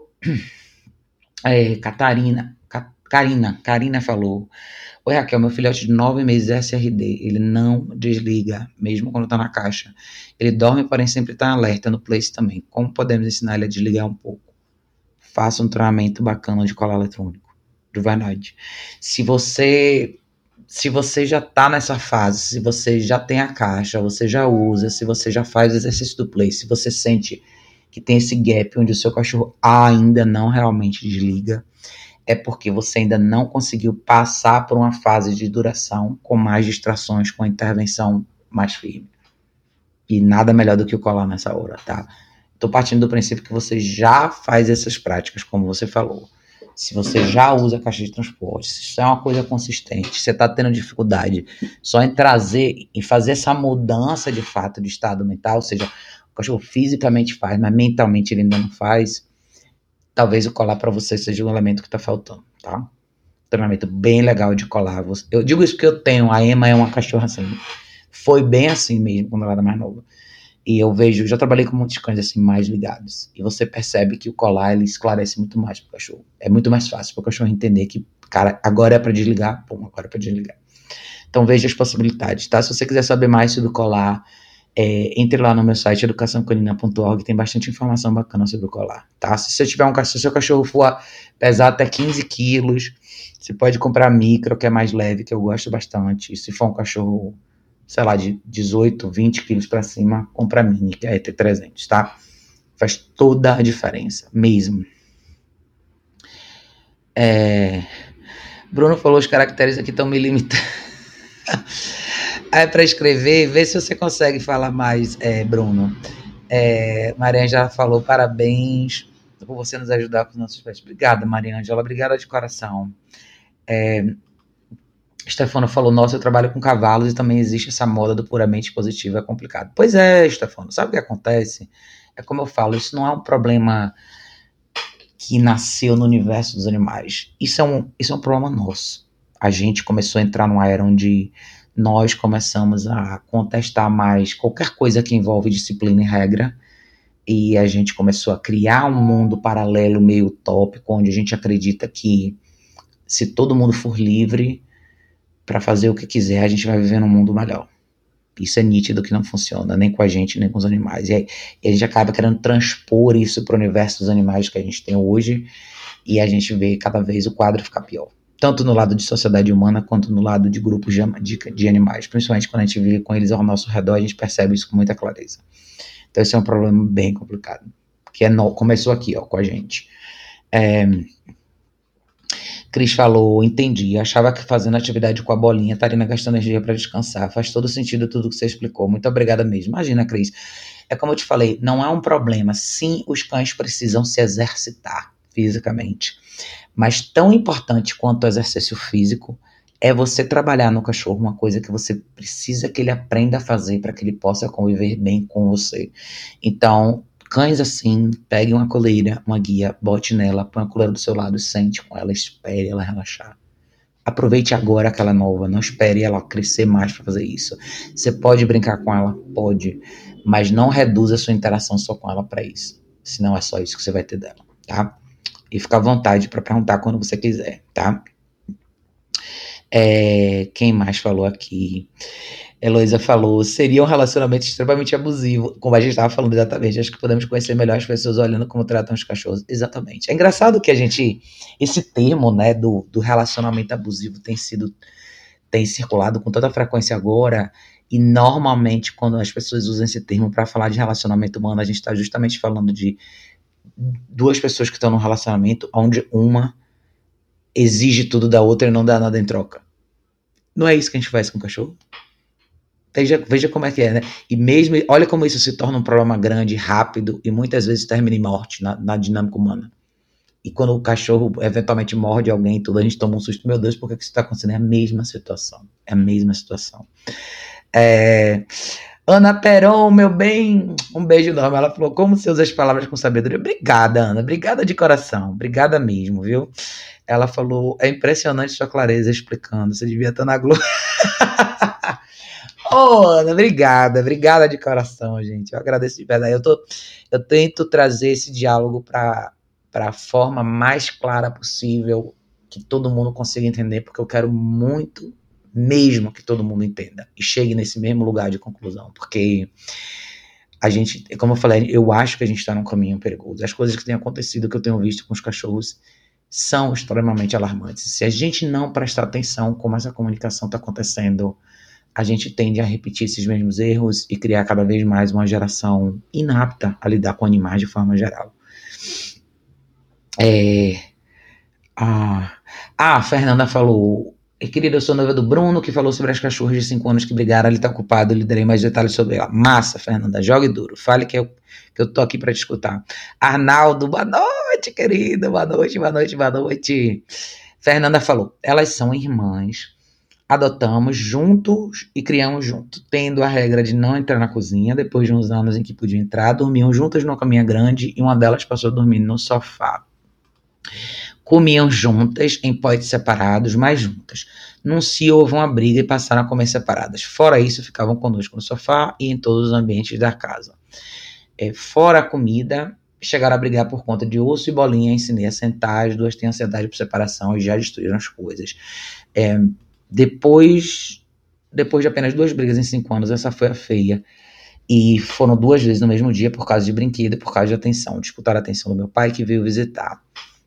Speaker 1: Karina falou: oi Raquel, meu filhote de 9 meses é SRD, ele não desliga, mesmo quando tá na caixa. Ele dorme, porém sempre tá alerta no place também. Como podemos ensinar ele a desligar um pouco? Faça um treinamento bacana de colar eletrônico, de verdade. Se você já tá nessa fase, se você já tem a caixa, você já usa, se você já faz o exercício do place, se você sente que tem esse gap onde o seu cachorro ainda não realmente desliga, é porque você ainda não conseguiu passar por uma fase de duração com mais distrações, com intervenção mais firme. E nada melhor do que o colar nessa hora, tá? Tô partindo do princípio que você já faz essas práticas, como você falou. Se você já usa caixa de transporte, se isso é uma coisa consistente, você tá tendo dificuldade só em trazer e fazer essa mudança de fato de estado mental, ou seja, o cachorro fisicamente faz, mas mentalmente ele ainda não faz, talvez o colar para você seja um elemento que tá faltando, tá? Treinamento bem legal de colar. Eu digo isso porque eu tenho, a Emma é uma cachorra assim, foi bem assim mesmo quando ela era mais nova. E eu vejo, já trabalhei com muitos cães assim mais ligados. E você percebe que o colar ele esclarece muito mais pro cachorro. É muito mais fácil pro cachorro entender que, cara, agora é para desligar, pum, agora é para desligar. Então veja as possibilidades, tá? Se você quiser saber mais sobre o colar, entre lá no meu site educaçãocanina.org, tem bastante informação bacana sobre o colar, tá? Se você tiver se o seu cachorro for pesar até 15 quilos, você pode comprar micro, que é mais leve, que eu gosto bastante. Se for um cachorro, sei lá, de 18, 20 quilos para cima, compra mini, que é T300, tá? Faz toda a diferença, mesmo. Bruno falou, os caracteres aqui estão me limitando. Aí para escrever, vê se você consegue falar mais, Bruno. Mariângela falou, parabéns por você nos ajudar com os nossos pets. Obrigada, Mariângela, obrigada de coração. Stefano falou, nossa, eu trabalho com cavalos e também existe essa moda do puramente positivo, é complicado. Pois é, Stefano, sabe o que acontece? É como eu falo, isso não é um problema que nasceu no universo dos animais. Isso é um problema nosso. A gente começou a entrar numa era onde nós começamos a contestar mais qualquer coisa que envolve disciplina e regra, e a gente começou a criar um mundo paralelo meio utópico, onde a gente acredita que se todo mundo for livre para fazer o que quiser, a gente vai viver num mundo melhor. Isso é nítido que não funciona, nem com a gente, nem com os animais. E a gente acaba querendo transpor isso para o universo dos animais que a gente tem hoje, e a gente vê cada vez o quadro ficar pior. Tanto no lado de sociedade humana, quanto no lado de grupos de animais. Principalmente quando a gente vive com eles ao nosso redor, a gente percebe isso com muita clareza. Então esse é um problema bem complicado, que começou aqui, ó, com a gente. Cris falou, entendi, achava que fazendo atividade com a bolinha estaria gastando energia para descansar, faz todo sentido tudo que você explicou, muito obrigada mesmo. Imagina, Cris, é como eu te falei, não é um problema, sim, os cães precisam se exercitar fisicamente, mas tão importante quanto o exercício físico é você trabalhar no cachorro uma coisa que você precisa que ele aprenda a fazer para que ele possa conviver bem com você. Então, cães assim, pegue uma coleira, uma guia, bote nela, põe a coleira do seu lado, sente com ela, espere ela relaxar. Aproveite agora aquela nova, não espere ela crescer mais para fazer isso. Você pode brincar com ela? Pode, mas não reduza a sua interação só com ela para isso. Senão é só isso que você vai ter dela, tá? E fica à vontade para perguntar quando você quiser, tá? Quem mais falou aqui? Heloísa falou, seria um relacionamento extremamente abusivo, como a gente estava falando exatamente, acho que podemos conhecer melhor as pessoas olhando como tratam os cachorros, exatamente. É engraçado que esse termo, né, do relacionamento abusivo tem circulado com toda frequência agora, e normalmente quando as pessoas usam esse termo para falar de relacionamento humano, a gente está justamente falando de duas pessoas que estão num relacionamento onde uma exige tudo da outra e não dá nada em troca. Não é isso que a gente faz com o cachorro? Veja como é que é, né? E mesmo, olha como isso se torna um problema grande, rápido, e muitas vezes termina em morte na dinâmica humana. E quando o cachorro eventualmente morde alguém, tudo, a gente toma um susto. Meu Deus, por que isso está acontecendo? É a mesma situação. É a mesma situação. Ana Peron, meu bem, um beijo enorme. Ela falou, como você usa as palavras com sabedoria? Obrigada, Ana. Obrigada de coração. Obrigada mesmo, viu? Ela falou, é impressionante sua clareza explicando. Você devia estar na Globo. Ana, obrigada. Obrigada de coração, gente. Eu agradeço de verdade. Eu tento trazer esse diálogo para a forma mais clara possível, que todo mundo consiga entender, porque eu quero muito mesmo que todo mundo entenda e chegue nesse mesmo lugar de conclusão, porque a gente, como eu falei, eu acho que a gente está num caminho perigoso. As coisas que têm acontecido, que eu tenho visto com os cachorros, são extremamente alarmantes. Se a gente não prestar atenção como essa comunicação está acontecendo, a gente tende a repetir esses mesmos erros e criar cada vez mais uma geração inapta a lidar com animais de forma geral. A Fernanda falou, querida, eu sou noiva do Bruno, que falou sobre as cachorras de 5 anos que brigaram, ele tá ocupado, eu lhe darei mais detalhes sobre ela. Massa, Fernanda, jogue duro, fale que eu tô aqui para te escutar. Arnaldo, boa noite, querida, boa noite, boa noite, boa noite. Fernanda falou, elas são irmãs, adotamos juntos e criamos junto, tendo a regra de não entrar na cozinha, depois de uns anos em que podiam entrar, dormiam juntas numa caminha grande e uma delas passou a dormir no sofá. Comiam juntas, em potes separados, mas juntas. Num cio houve uma briga e passaram a comer separadas. Fora isso, ficavam conosco no sofá e em todos os ambientes da casa. Fora a comida, chegaram a brigar por conta de osso e bolinha. Ensinei a sentar, as duas têm ansiedade por separação e já destruíram as coisas. Depois de apenas 2 brigas em 5 anos, essa foi a feia. E foram 2 vezes no mesmo dia por causa de brinquedo e por causa de atenção. Disputaram a atenção do meu pai, que veio visitar.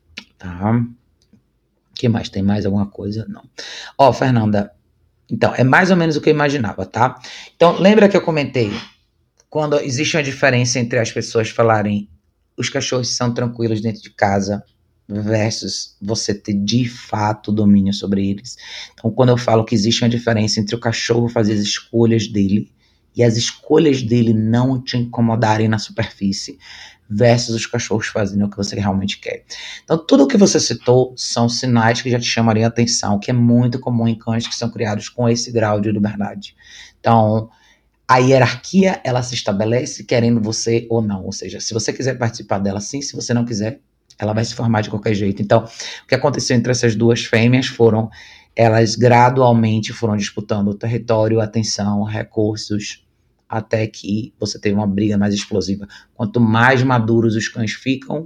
Speaker 1: Tá. Que mais? Tem mais alguma coisa? Não. Fernanda, então, é mais ou menos o que eu imaginava, tá? Então, lembra que eu comentei quando existe uma diferença entre as pessoas falarem os cachorros são tranquilos dentro de casa versus você ter de fato domínio sobre eles. Então, quando eu falo que existe uma diferença entre o cachorro fazer as escolhas dele e as escolhas dele não te incomodarem na superfície, versus os cachorros fazendo o que você realmente quer. Então, tudo o que você citou são sinais que já te chamariam a atenção, que é muito comum em cães que são criados com esse grau de liberdade. Então, a hierarquia, ela se estabelece querendo você ou não. Ou seja, se você quiser participar dela, sim. Se você não quiser, ela vai se formar de qualquer jeito. Então, o que aconteceu entre essas duas fêmeas foram, elas gradualmente foram disputando o território, atenção, recursos, até que você teve uma briga mais explosiva. Quanto mais maduros os cães ficam,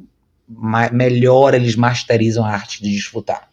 Speaker 1: melhor eles masterizam a arte de disputar.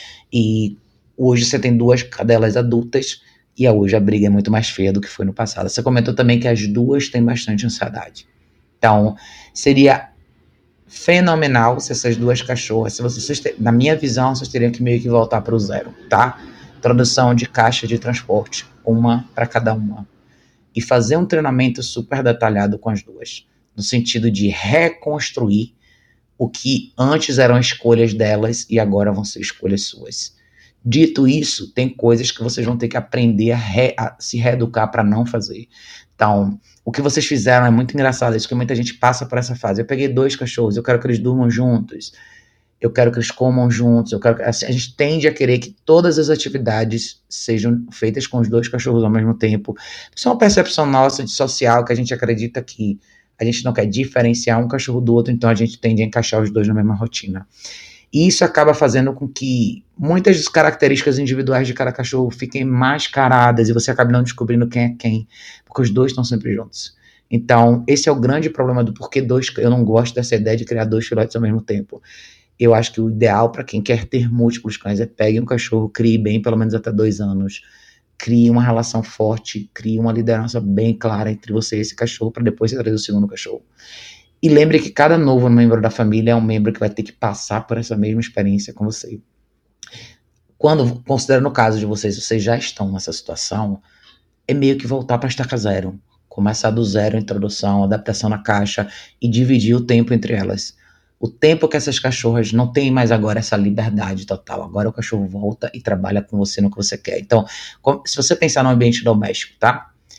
Speaker 1: E hoje você tem 2 cadelas adultas, e hoje a briga é muito mais feia do que foi no passado. Você comentou também que as 2 têm bastante ansiedade. Então, seria fenomenal se essas 2 cachorras, na minha visão, vocês teriam que meio que voltar para o zero, tá? Introdução de caixa de transporte, uma para cada uma. E fazer um treinamento super detalhado com as 2, no sentido de reconstruir o que antes eram escolhas delas e agora vão ser escolhas suas. Dito isso, tem coisas que vocês vão ter que aprender a se reeducar para não fazer. Então, o que vocês fizeram é muito engraçado, isso que muita gente passa por essa fase. Eu peguei 2 cachorros, eu quero que eles durmam juntos, eu quero que eles comam juntos, assim, a gente tende a querer que todas as atividades sejam feitas com os 2 cachorros ao mesmo tempo. Isso é uma percepção nossa de social, que a gente acredita que a gente não quer diferenciar um cachorro do outro, então a gente tende a encaixar os 2 na mesma rotina. E isso acaba fazendo com que muitas das características individuais de cada cachorro fiquem mascaradas e você acaba não descobrindo quem é quem, porque os 2 estão sempre juntos. Então, esse é o grande problema do porquê 2. Eu não gosto dessa ideia de criar 2 filhotes ao mesmo tempo. Eu acho que o ideal para quem quer ter múltiplos cães é pegue um cachorro, crie bem pelo menos até 2 anos, crie uma relação forte, crie uma liderança bem clara entre você e esse cachorro para depois você trazer o segundo cachorro. E lembre que cada novo membro da família é um membro que vai ter que passar por essa mesma experiência com você. Quando, considerando o caso de vocês já estão nessa situação, é meio que voltar para a estaca zero. Começar do zero, introdução, adaptação na caixa e dividir o tempo entre elas. O tempo que essas cachorras não têm mais agora essa liberdade total. Agora o cachorro volta e trabalha com você no que você quer. Então, se você pensar no ambiente doméstico, tá?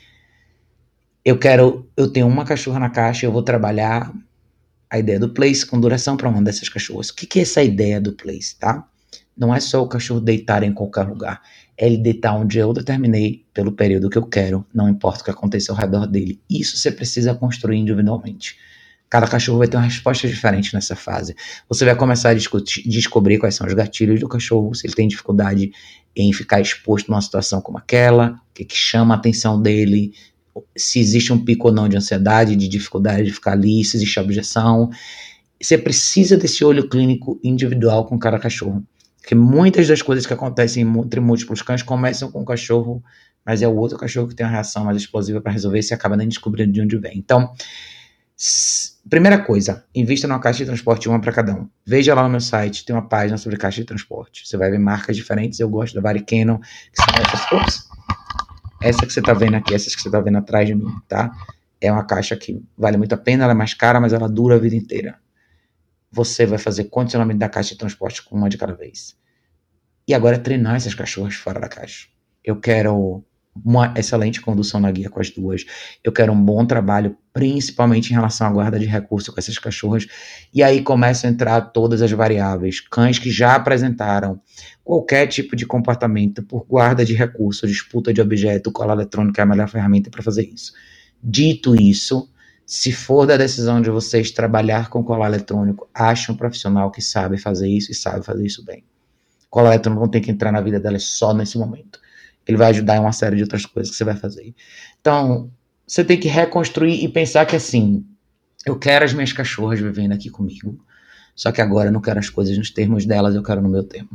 Speaker 1: Eu tenho uma cachorra na caixa e eu vou trabalhar a ideia do place com duração para uma dessas cachorras. O que é essa ideia do place, tá? Não é só o cachorro deitar em qualquer lugar. É ele deitar onde eu determinei pelo período que eu quero, não importa o que aconteça ao redor dele. Isso você precisa construir individualmente. Cada cachorro vai ter uma resposta diferente nessa fase. Você vai começar a descobrir quais são os gatilhos do cachorro, se ele tem dificuldade em ficar exposto numa situação como aquela, o que chama a atenção dele, se existe um pico ou não de ansiedade, de dificuldade de ficar ali, se existe objeção. Você precisa desse olho clínico individual com cada cachorro. Porque muitas das coisas que acontecem entre múltiplos cães começam com o cachorro, mas é o outro cachorro que tem uma reação mais explosiva para resolver e você acaba nem descobrindo de onde vem. Então, primeira coisa, invista numa caixa de transporte, uma para cada um. Veja lá no meu site, tem uma página sobre caixa de transporte. Você vai ver marcas diferentes. Eu gosto da Variceno, que são essas. Ops! Essa que você tá vendo aqui, essas que você tá vendo atrás de mim, tá? É uma caixa que vale muito a pena, ela é mais cara, mas ela dura a vida inteira. Você vai fazer condicionamento da caixa de transporte com uma de cada vez. E agora é treinar essas cachorras fora da caixa. Eu quero uma excelente condução na guia com as duas. Eu quero um bom trabalho, principalmente em relação à guarda de recurso com essas cachorras. E aí começam a entrar todas as variáveis. Cães que já apresentaram qualquer tipo de comportamento por guarda de recurso, disputa de objeto, cola eletrônica é a melhor ferramenta para fazer isso. Dito isso, se for da decisão de vocês trabalhar com colar eletrônico, ache um profissional que sabe fazer isso e sabe fazer isso bem. Colar eletrônico não tem que entrar na vida dela só nesse momento. Ele vai ajudar em uma série de outras coisas que você vai fazer. Então, você tem que reconstruir e pensar que assim, eu quero as minhas cachorras vivendo aqui comigo, só que agora eu não quero as coisas nos termos delas, eu quero no meu tempo.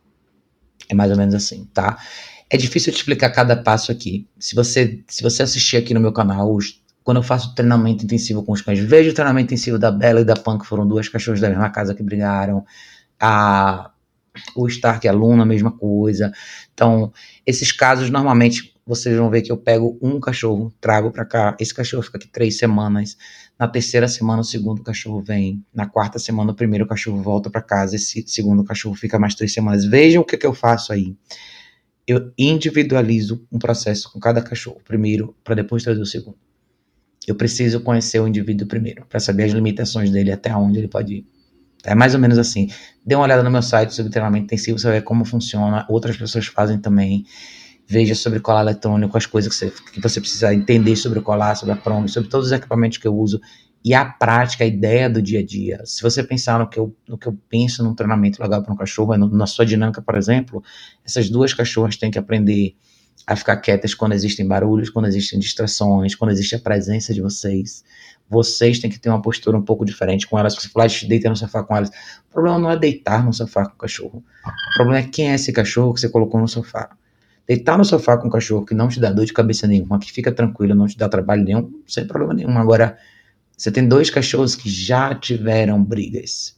Speaker 1: É mais ou menos assim, tá? É difícil te explicar cada passo aqui. Se você assistir aqui no meu canal, quando eu faço treinamento intensivo com os cães, veja o treinamento intensivo da Bella e da Pan, que foram duas cachorras da mesma casa que brigaram. O Stark e a Luna, a mesma coisa. Então, esses casos, normalmente, vocês vão ver que eu pego um cachorro, trago pra cá, esse cachorro fica aqui 3 semanas, na terceira semana o segundo cachorro vem, na quarta semana o primeiro cachorro volta pra casa, esse segundo cachorro fica mais 3 semanas. Vejam o que eu faço aí. Eu individualizo um processo com cada cachorro, primeiro, para depois trazer o segundo. Eu preciso conhecer o indivíduo primeiro, para saber as limitações dele, até onde ele pode ir. É mais ou menos assim. Dê uma olhada no meu site sobre treinamento intensivo, você vai ver como funciona. Outras pessoas fazem também. Veja sobre colar eletrônico, as coisas que você precisa entender sobre o colar, sobre a prong, sobre todos os equipamentos que eu uso. E a prática, a ideia do dia a dia. Se você pensar no que eu penso num treinamento legal para um cachorro, na sua dinâmica, por exemplo, essas duas cachorras têm que aprender a ficar quietas quando existem barulhos, quando existem distrações, quando existe a presença de vocês. Vocês têm que ter uma postura um pouco diferente com elas. Se você falar de deitar no sofá com elas, o problema não é deitar no sofá com o cachorro. O problema é quem é esse cachorro que você colocou no sofá. Deitar no sofá com um cachorro que não te dá dor de cabeça nenhuma, que fica tranquilo, não te dá trabalho nenhum, sem problema nenhum. Agora, você tem 2 cachorros que já tiveram brigas.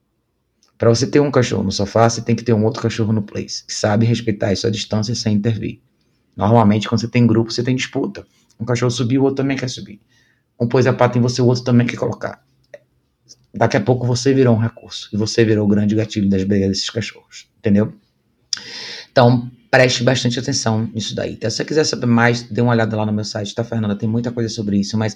Speaker 1: Para você ter um cachorro no sofá, você tem que ter um outro cachorro no place, que sabe respeitar a sua distância sem intervir. Normalmente, quando você tem grupo, você tem disputa. Um cachorro subiu, o outro também quer subir. Um pôs a pata em você, o outro também quer colocar. Daqui a pouco você virou um recurso. E você virou o grande gatilho das brigas desses cachorros. Entendeu? Então, preste bastante atenção nisso daí. Então, se você quiser saber mais, dê uma olhada lá no meu site, tá, Fernanda? Tem muita coisa sobre isso, mas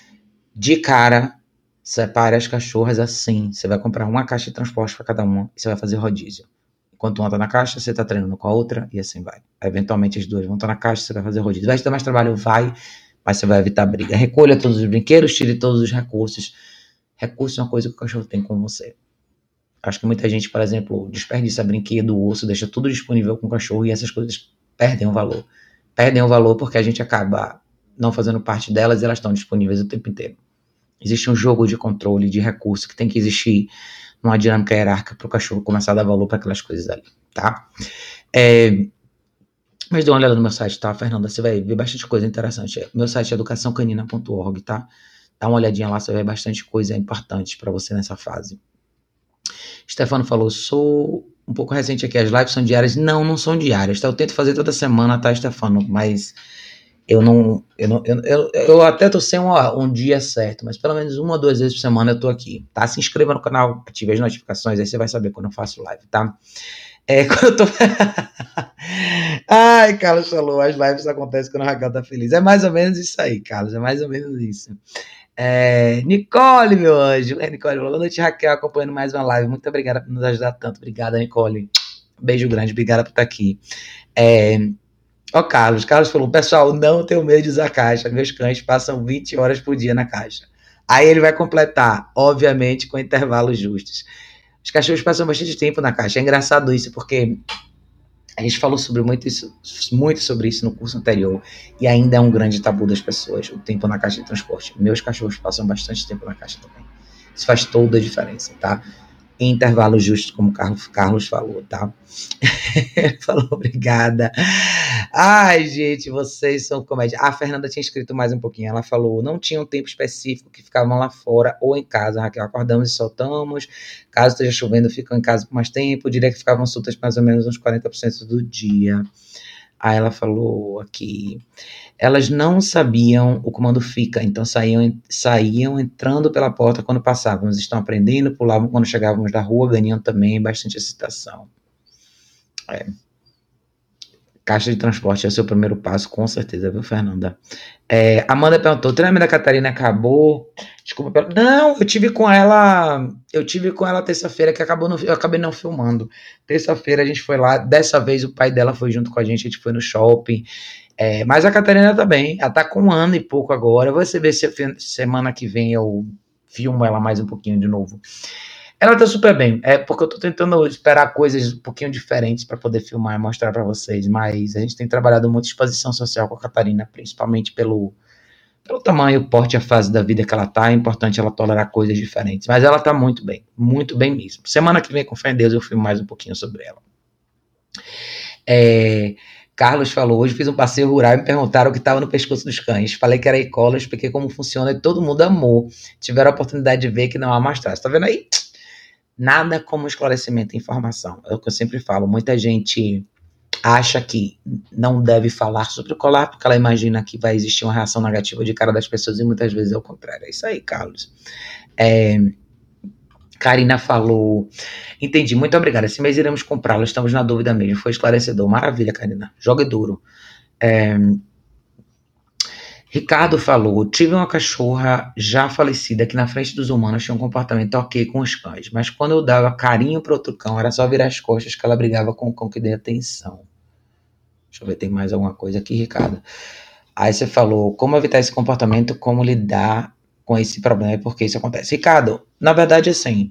Speaker 1: de cara, separe as cachorras assim. Você vai comprar uma caixa de transporte para cada uma e você vai fazer rodízio. Enquanto uma tá na caixa, você tá treinando com a outra e assim vai. Eventualmente as duas vão estar na caixa, você vai fazer rodízio. Vai te dar mais trabalho? Vai, mas você vai evitar briga. Recolha todos os brinquedos, tire todos os recursos. Recurso é uma coisa que o cachorro tem com você. Acho que muita gente, por exemplo, desperdiça brinquedo, osso, deixa tudo disponível com o cachorro e essas coisas perdem o valor. Perdem o valor porque a gente acaba não fazendo parte delas e elas estão disponíveis o tempo inteiro. Existe um jogo de controle, de recurso que tem que existir numa dinâmica hierárquica para o cachorro começar a dar valor para aquelas coisas ali, tá? Mas dê uma olhada no meu site, tá, Fernanda? Você vai ver bastante coisa interessante. Meu site é educaçãocanina.org, tá? Dá uma olhadinha lá, você vai ver bastante coisa importante para você nessa fase. Stefano falou, sou um pouco recente aqui, as lives são diárias? Não são diárias, tá? Eu tento fazer toda semana, tá, Stefano? Mas eu até tô sem um dia certo, mas pelo menos 1 ou 2 vezes por semana eu tô aqui, tá? Se inscreva no canal, ative as notificações, aí você vai saber quando eu faço live, tá? Quando eu tô... Ai, Carlos falou, as lives acontecem quando a Raquel tá feliz. É mais ou menos isso aí, Carlos, é mais ou menos isso. Nicole, meu anjo. Nicole, boa noite, Raquel, acompanhando mais uma live. Muito obrigada por nos ajudar tanto. Obrigada, Nicole. Beijo grande, obrigada por estar aqui. Carlos falou, pessoal, não tenho medo de usar caixa. Meus cães passam 20 horas por dia na caixa. Aí ele vai completar, obviamente, com intervalos justos. Os cachorros passam bastante tempo na caixa. É engraçado isso, porque a gente falou muito sobre isso no curso anterior, e ainda é um grande tabu das pessoas, o tempo na caixa de transporte. Meus cachorros passam bastante tempo na caixa também. Isso faz toda a diferença, tá? Em intervalos justos, como o Carlos falou, tá? Ele falou, obrigada. Ai, gente, vocês são comédia. A Fernanda tinha escrito mais um pouquinho. Ela falou, não tinha um tempo específico que ficavam lá fora ou em casa. Raquel, acordamos e soltamos. Caso esteja chovendo, ficam em casa por mais tempo. Eu diria que ficavam soltas mais ou menos uns 40% do dia. Aí ela falou aqui, elas não sabiam o comando fica, então saíam entrando pela porta quando passávamos, estão aprendendo, pulavam quando chegávamos da rua, ganhando também bastante excitação. Caixa de transporte é o seu primeiro passo, com certeza, viu, Fernanda? Amanda perguntou, o treinamento da Catarina acabou? Desculpa, não, eu tive com ela terça-feira, que eu acabei não filmando. Terça-feira a gente foi lá, dessa vez o pai dela foi junto com a gente foi no shopping. Mas a Catarina tá bem, ela tá com 1 ano e pouco agora. Você ver se semana que vem eu filmo ela mais um pouquinho de novo. Ela tá super bem, porque eu tô tentando esperar coisas um pouquinho diferentes para poder filmar e mostrar para vocês, mas a gente tem trabalhado muito exposição social com a Catarina, principalmente pelo tamanho, porte e a fase da vida que ela tá, é importante ela tolerar coisas diferentes, mas ela tá muito bem mesmo. Semana que vem, com fé em Deus, eu filmo mais um pouquinho sobre ela. Carlos falou, hoje fiz um passeio rural e me perguntaram o que estava no pescoço dos cães. Falei que era E-cola, expliquei como funciona e todo mundo amou. Tiveram a oportunidade de ver que não há mais traço. Tá vendo aí? Nada como esclarecimento e informação. É o que eu sempre falo. Muita gente acha que não deve falar sobre o colar porque ela imagina que vai existir uma reação negativa de cara das pessoas e muitas vezes é o contrário. É isso aí, Carlos. Karina falou, entendi, muito obrigada. Esse mês iremos comprá-lo, estamos na dúvida mesmo. Foi esclarecedor. Maravilha, Karina. Jogue duro. Ricardo falou, tive uma cachorra já falecida que na frente dos humanos tinha um comportamento ok com os cães, mas quando eu dava carinho para outro cão, era só virar as costas que ela brigava com o cão que dei atenção. Deixa eu ver, tem mais alguma coisa aqui, Ricardo. Aí você falou, como evitar esse comportamento, como lidar com esse problema e por que isso acontece. Ricardo, na verdade, assim,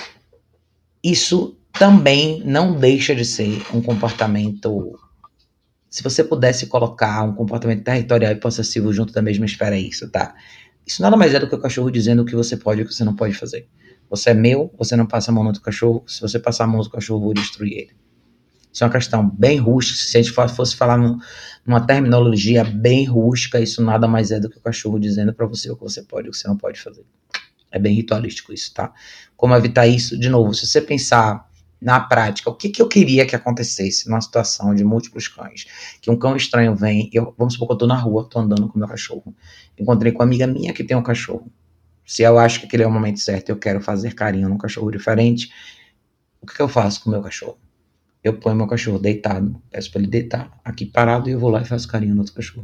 Speaker 1: isso também não deixa de ser um comportamento... Se você pudesse colocar um comportamento territorial e possessivo junto da mesma esfera, é isso, tá? Isso nada mais é do que o cachorro dizendo o que você pode e o que você não pode fazer. Você é meu, você não passa a mão no outro cachorro. Se você passar a mão no cachorro, eu vou destruir ele. Isso é uma questão bem rústica. Se a gente fosse falar numa terminologia bem rústica, isso nada mais é do que o cachorro dizendo pra você o que você pode e o que você não pode fazer. É bem ritualístico isso, tá? Como evitar isso? De novo, se você pensar na prática, o que eu queria que acontecesse numa situação de múltiplos cães? Que um cão estranho vem, vamos supor que eu tô na rua, tô andando com meu cachorro. Encontrei com uma amiga minha que tem um cachorro. Se eu acho que aquele é o momento certo, eu quero fazer carinho num cachorro diferente, o que eu faço com o meu cachorro? Eu ponho meu cachorro deitado, peço para ele deitar aqui parado e eu vou lá e faço carinho no outro cachorro.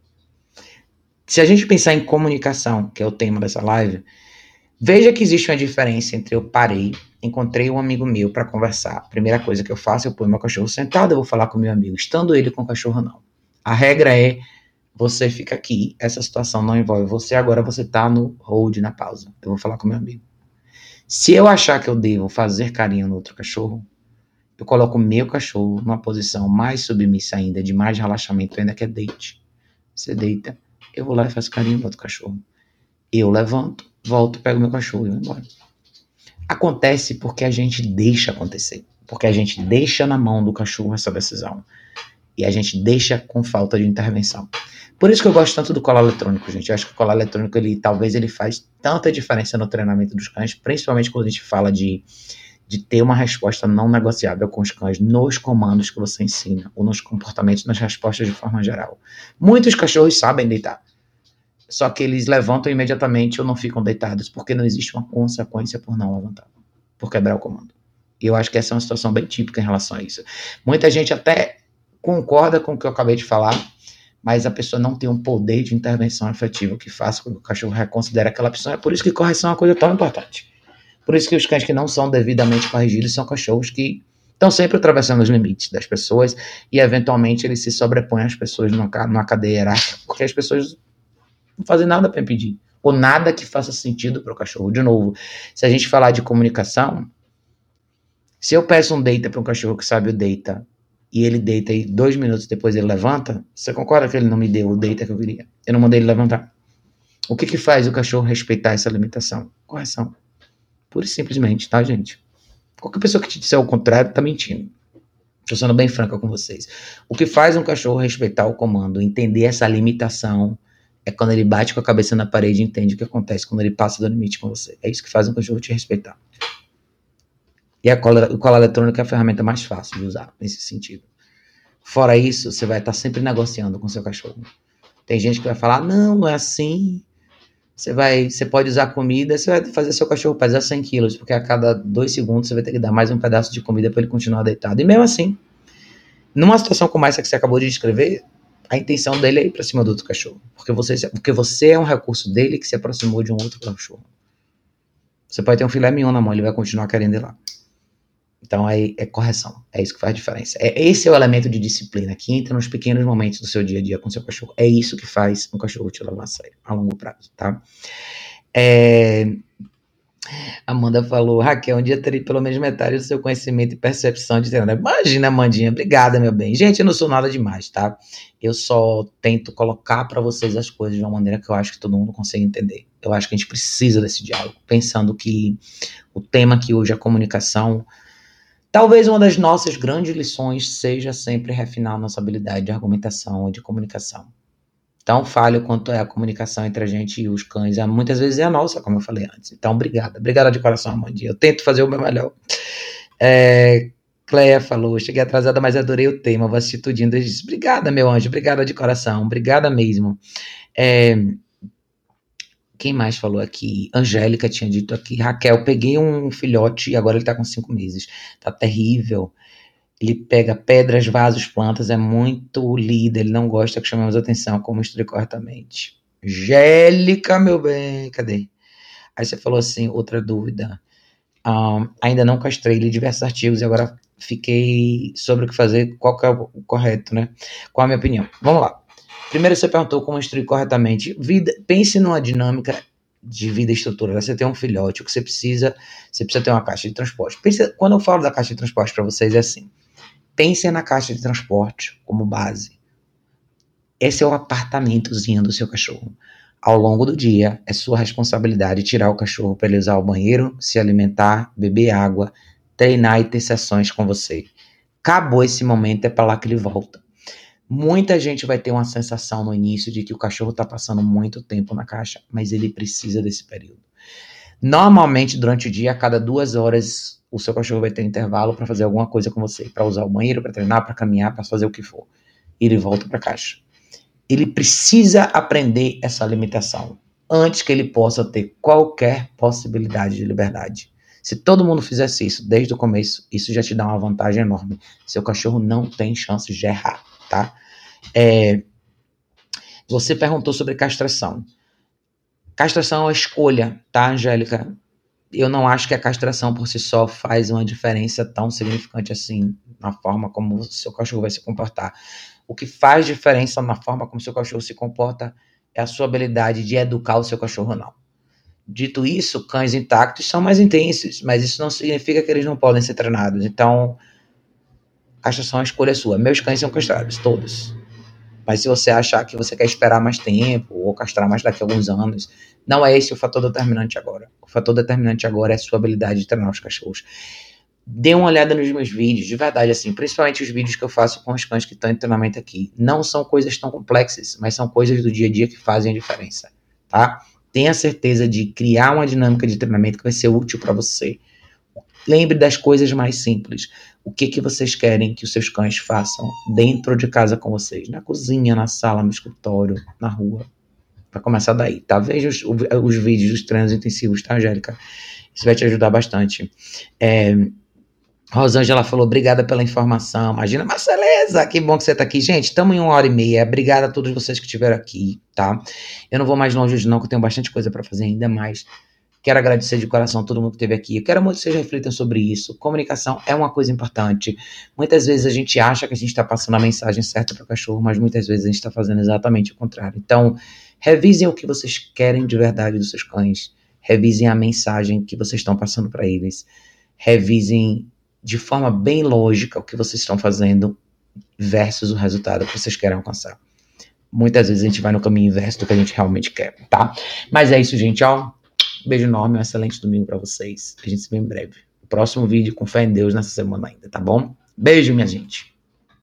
Speaker 1: Se a gente pensar em comunicação, que é o tema dessa live, veja que existe uma diferença entre eu parei, encontrei um amigo meu para conversar. A primeira coisa que eu faço, eu ponho meu cachorro sentado, eu vou falar com meu amigo, estando ele com o cachorro não. A regra é, você fica aqui, essa situação não envolve você, agora você tá no hold, na pausa. Eu vou falar com meu amigo. Se eu achar que eu devo fazer carinho no outro cachorro, eu coloco o meu cachorro numa posição mais submissa ainda, de mais relaxamento ainda, que é deite. Você deita, eu vou lá e faço carinho no outro cachorro. Eu levanto, volto, pego meu cachorro e vou embora. Acontece porque a gente deixa acontecer. Porque a gente deixa na mão do cachorro essa decisão. E a gente deixa com falta de intervenção. Por isso que eu gosto tanto do colar eletrônico, gente. Eu acho que o colar eletrônico, talvez ele faz tanta diferença no treinamento dos cães, principalmente quando a gente fala de ter uma resposta não negociável com os cães nos comandos que você ensina, ou nos comportamentos, nas respostas de forma geral. Muitos cachorros sabem deitar, só que eles levantam imediatamente ou não ficam deitados, porque não existe uma consequência por não levantar, por quebrar o comando. E eu acho que essa é uma situação bem típica em relação a isso. Muita gente até concorda com o que eu acabei de falar, mas a pessoa não tem um poder de intervenção efetivo que faça com que o cachorro reconsidere aquela opção. É por isso que correção é uma coisa tão importante. Por isso que os cães que não são devidamente corrigidos são cachorros que estão sempre atravessando os limites das pessoas e, eventualmente, eles se sobrepõem às pessoas numa cadeia hierárquica, porque as pessoas não fazem nada para impedir, ou nada que faça sentido para o cachorro. De novo, se a gente falar de comunicação, se eu peço um deita para um cachorro que sabe o deita, e ele deita e 2 minutos depois ele levanta, você concorda que ele não me deu o deita que eu queria? Eu não mandei ele levantar. O que faz o cachorro respeitar essa limitação? Correção. Pura e simplesmente, tá, gente? Qualquer pessoa que te disser o contrário tá mentindo. Estou sendo bem franca com vocês. O que faz um cachorro respeitar o comando, entender essa limitação, é quando ele bate com a cabeça na parede e entende o que acontece quando ele passa do limite com você. É isso que faz um cachorro te respeitar. E o colar eletrônico é a ferramenta mais fácil de usar nesse sentido. Fora isso, você vai estar sempre negociando com o seu cachorro. Tem gente que vai falar, não é assim. Você pode usar comida, você vai fazer seu cachorro pesar 100 quilos, porque a cada 2 segundos você vai ter que dar mais um pedaço de comida para ele continuar deitado. E mesmo assim, numa situação como essa que você acabou de descrever, a intenção dele é ir para cima do outro cachorro. Porque você é um recurso dele que se aproximou de um outro cachorro. Você pode ter um filé mignon na mão, ele vai continuar querendo ir lá. Então aí é correção, é isso que faz diferença. Esse é o elemento de disciplina que entra nos pequenos momentos do seu dia a dia com seu cachorro. É isso que faz um cachorro te levar a sério, a longo prazo, tá? Amanda falou, Raquel, um dia terei pelo menos metade do seu conhecimento e percepção de treinador. Imagina, Amandinha, obrigada, meu bem. Gente, eu não sou nada demais, tá? Eu só tento colocar para vocês as coisas de uma maneira que eu acho que todo mundo consegue entender. Eu acho que a gente precisa desse diálogo, pensando que o tema aqui hoje é comunicação. Talvez uma das nossas grandes lições seja sempre refinar a nossa habilidade de argumentação e de comunicação. Tão falho quanto é a comunicação entre a gente e os cães, muitas vezes é a nossa, como eu falei antes. Então, obrigada. Obrigada de coração, Amandinha. Eu tento fazer o meu melhor. Cleia falou, cheguei atrasada, mas adorei o tema, vou assistir tudinho. Obrigada, meu anjo. Obrigada de coração. Obrigada mesmo. Quem mais falou aqui? Angélica tinha dito aqui. Raquel, peguei um filhote e agora ele tá com 5 meses. Tá terrível. Ele pega pedras, vasos, plantas, é muito líder. Ele não gosta que chamemos atenção como instruir corretamente. Angélica, meu bem. Cadê? Aí você falou assim, outra dúvida. Ainda não castrei, li diversos artigos e agora fiquei sobre o que fazer, qual que é o correto, né? Qual a minha opinião? Vamos lá. Primeiro você perguntou como instruir corretamente. Pense numa dinâmica de vida estrutura. Você tem um filhote, o que você precisa ter uma caixa de transporte. Quando eu falo da caixa de transporte para vocês é assim. Pensem na caixa de transporte como base. Esse é o apartamentozinho do seu cachorro. Ao longo do dia, é sua responsabilidade tirar o cachorro para ele usar o banheiro, se alimentar, beber água, treinar e ter sessões com você. Acabou esse momento, é para lá que ele volta. Muita gente vai ter uma sensação no início de que o cachorro está passando muito tempo na caixa, mas ele precisa desse período. Normalmente, durante o dia, a cada 2 horas, o seu cachorro vai ter intervalo para fazer alguma coisa com você, para usar o banheiro, para treinar, para caminhar, para fazer o que for. E ele volta para a caixa. Ele precisa aprender essa limitação antes que ele possa ter qualquer possibilidade de liberdade. Se todo mundo fizesse isso desde o começo, isso já te dá uma vantagem enorme. Seu cachorro não tem chance de errar, tá? Você perguntou sobre castração. Castração é uma escolha, tá, Angélica? Eu não acho que a castração por si só faz uma diferença tão significante assim na forma como o seu cachorro vai se comportar. O que faz diferença na forma como o seu cachorro se comporta é a sua habilidade de educar o seu cachorro ou não. Dito isso, cães intactos são mais intensos, mas isso não significa que eles não podem ser treinados. Então, castração é uma escolha sua. Meus cães são castrados, todos. Mas se você achar que você quer esperar mais tempo ou castrar mais daqui a alguns anos, não é esse o fator determinante agora. O fator determinante agora é a sua habilidade de treinar os cachorros. Dê uma olhada nos meus vídeos, de verdade, assim, principalmente os vídeos que eu faço com os cães que estão em treinamento aqui. Não são coisas tão complexas, mas são coisas do dia a dia que fazem a diferença, tá? Tenha certeza de criar uma dinâmica de treinamento que vai ser útil para você. Lembre das coisas mais simples. O que vocês querem que os seus cães façam dentro de casa com vocês? Na cozinha, na sala, no escritório, na rua. Vai começar daí, tá? Veja os vídeos dos treinos intensivos, tá, Angélica? Isso vai te ajudar bastante. Rosângela falou, obrigada pela informação. Imagina, Marceleza, que bom que você tá aqui. Gente, estamos em 1h30. Obrigada a todos vocês que estiveram aqui, tá? Eu não vou mais longe hoje não, que eu tenho bastante coisa para fazer ainda mais. Quero agradecer de coração a todo mundo que esteve aqui. Eu quero muito que vocês reflitam sobre isso. Comunicação é uma coisa importante. Muitas vezes a gente acha que a gente está passando a mensagem certa para o cachorro, mas muitas vezes a gente está fazendo exatamente o contrário. Então, revisem o que vocês querem de verdade dos seus cães. Revisem a mensagem que vocês estão passando para eles. Revisem de forma bem lógica o que vocês estão fazendo versus o resultado que vocês querem alcançar. Muitas vezes a gente vai no caminho inverso do que a gente realmente quer, tá? Mas é isso, gente, ó. Beijo enorme, um excelente domingo pra vocês. A gente se vê em breve. O próximo vídeo com fé em Deus nessa semana ainda, tá bom? Beijo, minha gente.